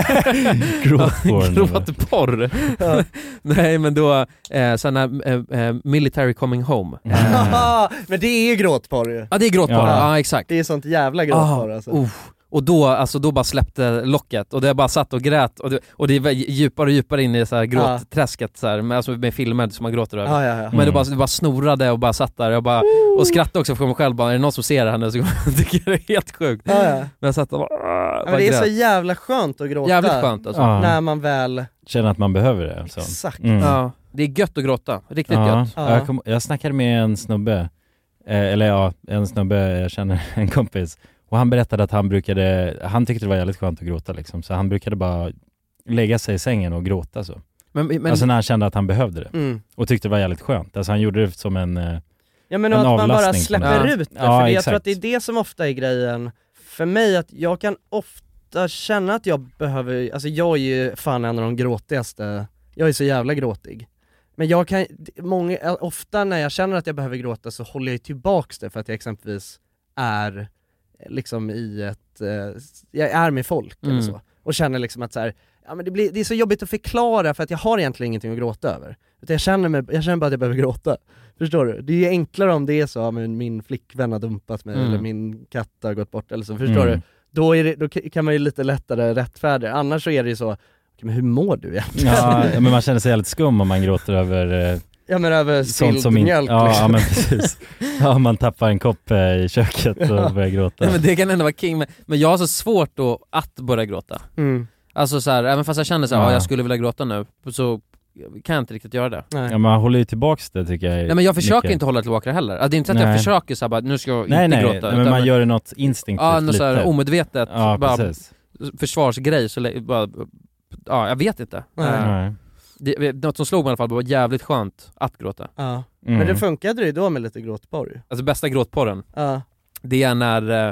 Gråtporr. Nej, men då såna Military Coming Home. Men det är ju gråtporr ju. Ja, det är gråtporr. Ja, exakt. Det är sånt jävla gråtporr alltså. Och då bara släppte locket, och det bara satt och grät, och det var djupare och djupare in i så här gråtträsket så här, med filmer som man gråter över. Men det bara snorade och bara satt där, och bara och skrattade också för mig själv, bara är det någon som ser det här nu så tycker jag det är helt sjukt. Men jag satt och bara det är så jävla skönt att gråta. Jävligt skönt alltså. När man väl känner att man behöver det alltså. Exakt. Det är gött att gråta, riktigt gött. Jag snackade med en snubbe, en snubbe, jag känner en kompis, och han berättade att han tyckte det var jävligt skönt att gråta liksom, så han brukade bara lägga sig i sängen och gråta så. Men alltså när han kände att han behövde det. Och tyckte det var jävligt skönt. Alltså han gjorde det som en ja, men att man bara släpper ut det. För jag tror att det är det som ofta är grejen för mig, att jag kan ofta känna att jag behöver, alltså jag är ju fan en av de gråtigaste. Jag är så jävla gråtig. Men jag kan, ofta när jag känner att jag behöver gråta så håller jag tillbaks det för att jag exempelvis är liksom jag är med folk eller så. Och känner liksom att så här, ja, men det är så jobbigt att förklara för att jag har egentligen ingenting att gråta över. Jag känner bara att jag behöver gråta. Förstår du? Det är enklare om det är så, men min flickvän har dumpat mig eller min katt har gått bort eller så. Förstår du? Då kan man ju lite lättare rättfärdiga. Annars så är det ju så, men hur mår du egentligen? Ja, men man känner sig jävligt skum om man gråter över ja, men över sånt mjölk ja, liksom. Ja, men precis. Ja, man tappar en kopp i köket och börjar gråta. Ja, men det kan ändå vara king. Men jag har så svårt då att börja gråta. Alltså så här, även fast jag känner så här, jag skulle vilja gråta nu, så kan jag inte riktigt göra det. Nej. Ja, man håller ju tillbaks det tycker jag. Nej, men jag försöker inte hålla tillbaka det heller. Alltså, det är inte så att jag försöker så här, bara, nu ska jag inte gråta. Nej, men man gör det något instinktivt. Ja, något så här omedvetet. Ja, bara precis. Försvarsgrej så bara, ja, jag vet inte. Nej. Något som slog mig i alla fall var jävligt skönt att gråta. Ja. Men det funkade ju då med lite gråtporr. Alltså bästa gråtporren. Det är när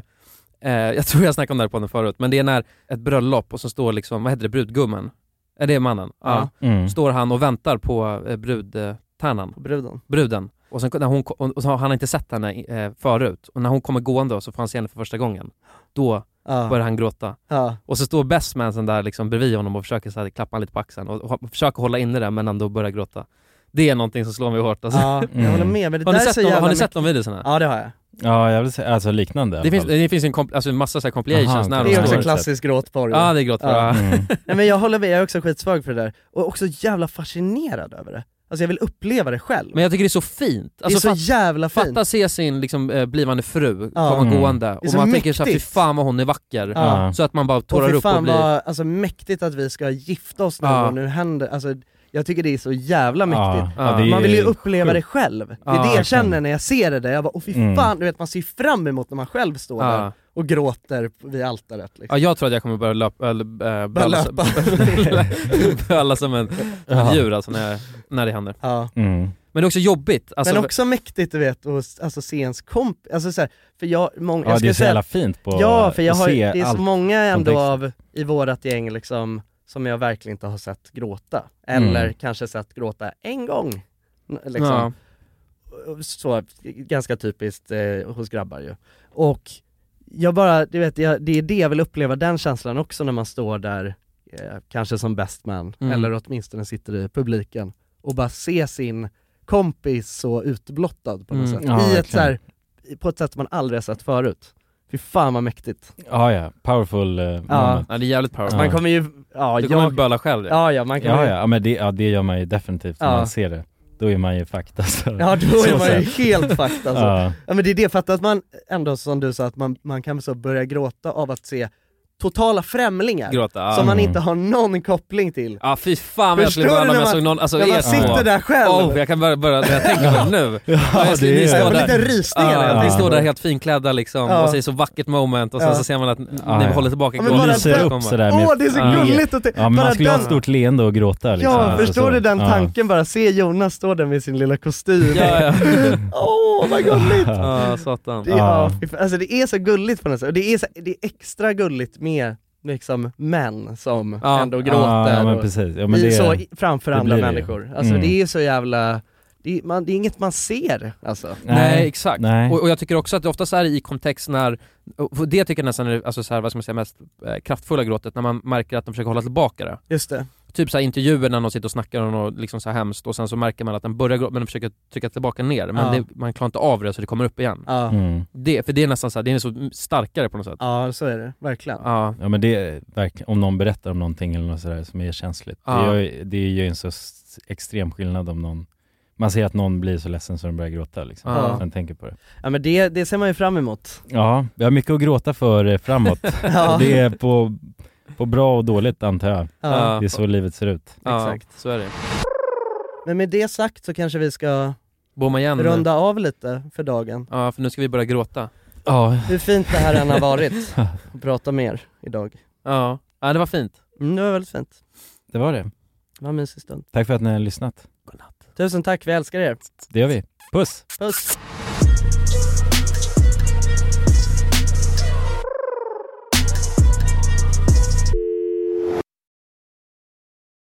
jag tror jag snackade om det här på den förut, men det är när ett bröllop och så står liksom, vad heter det, brudgummen? Är det mannen? Ja. Står han och väntar på brudtärnan. Bruden. Och sen när hon, och så har han inte sett henne förut. Och när hon kommer gående så får han se henne för första gången. Då börjar han gråta. Och så står bestmansen där liksom bredvid honom och försöker så här, klappa han lite på axeln och försöker hålla inne det, men ändå börjar gråta. Det är någonting som slår mig hårt alltså. Ja, jag håller med, men det har ni sett de videorna? Ja, det har jag. Ja, jag vill säga, alltså liknande. Det finns en massa så här compilations. Aha, det är också en klassisk gråtporr. Ja, det är gråtporr. Nej, men jag håller med, jag är också skitsvag för det där. Och också jävla fascinerad över det. Alltså jag vill uppleva det själv. Men jag tycker det är så fint. Alltså, det är så jävla fint. Fatta se sin liksom, blivande fru komma gående. Och man tänker så här, fy fan vad hon är vacker. Så att man bara tårar upp och blir... vad, alltså mäktigt att vi ska gifta oss nu och nu händer... Alltså, jag tycker det är så jävla mäktigt. Man vill ju uppleva det själv. Det är det jag känner när jag ser det där. Jag bara, fy fan, du vet, man ser fram emot när man själv står där och gråter vid altaret liksom. Ja, jag tror att jag kommer börja böla som en djur alltså, när det händer. Men det är också jobbigt alltså, men också mäktigt, du vet, och alltså se ens alltså så här, för jag det är så jävla fint på för jag har, det är så många ändå i vårat gäng liksom som jag verkligen inte har sett gråta. Eller kanske sett gråta en gång. Liksom. Så ganska typiskt hos grabbar ju. Och jag bara, du vet, det är det jag vill uppleva, den känslan också när man står där kanske som best man. Eller åtminstone sitter i publiken. Och bara se sin kompis så utblottad på något sätt. I ett så här, på ett sätt man aldrig har sett förut. Fy fan vad mäktigt. Ja, powerful moment. Ja, det är jävligt powerful. Man kommer ju du kommer böla själv. Ja, man kan men det gör man ju definitivt när man ser det. Då är man ju fucked alltså. Ja, då är man ju helt fucked alltså. Ja, men det är det, för att man ändå, som du sa, att man kan så börja gråta av att se totala främlingar som man inte har någon koppling till. Ja, fy fan vad jag skulle börja när jag såg någon, alltså när man sitter där själv. Jag kan börja när jag tänker på det nu. Det är lite rysningar. Ni står där helt finklädda liksom och säger så vackert moment och sen så ser man att ni håller tillbaka lyser upp sådär med... det är så gulligt att men man skulle ha ett stort leende och gråta liksom. Ja, förstår du den tanken, bara se Jonas stå där med sin lilla kostym. Vad gulligt. Satan. Alltså det är så gulligt på något sätt. Och det är extra gulligt med liksom män som ändå gråter men precis. Men det, så framför andra människor. Alltså det är så jävla... Det är inget man ser alltså. Nej, exakt. Nej. Och jag tycker också att det ofta är i kontext när, och det tycker jag nästan är alltså så här, vad ska man säga, mest kraftfulla gråtet, när man märker att de försöker hålla tillbaka det. Just det. Typ så här intervjuer när de sitter och snackar om något liksom så här hemskt, och sen så märker man att den börjar gråta men de försöker trycka tillbaka ner, men man klarar inte av det så det kommer upp igen. För det är nästan så här, det är så starkare på något sätt. Ja, så är det verkligen. Ja, men det är verkligen, om någon berättar om någonting eller något sådär som är känsligt. Det är ju en så extrem skillnad om någon, man ser att någon blir så ledsen så de börjar gråta liksom. Man tänker på det. Ja, men det ser man ju fram emot. Ja, vi har mycket att gråta för framåt. Det är på bra och dåligt, antar jag. Det är så livet ser ut. Exakt, så är det. Men med det sagt så kanske vi ska bomma igen runda av lite för dagen. Ja, för nu ska vi börja gråta. Ja. Hur fint det här än har varit att prata med er idag. Ja, det var fint. Det var väldigt fint. Det var det. Det var en mysig stund. Tack för att ni har lyssnat. Tusen tack, vi älskar er. Det gör vi. Puss! Puss!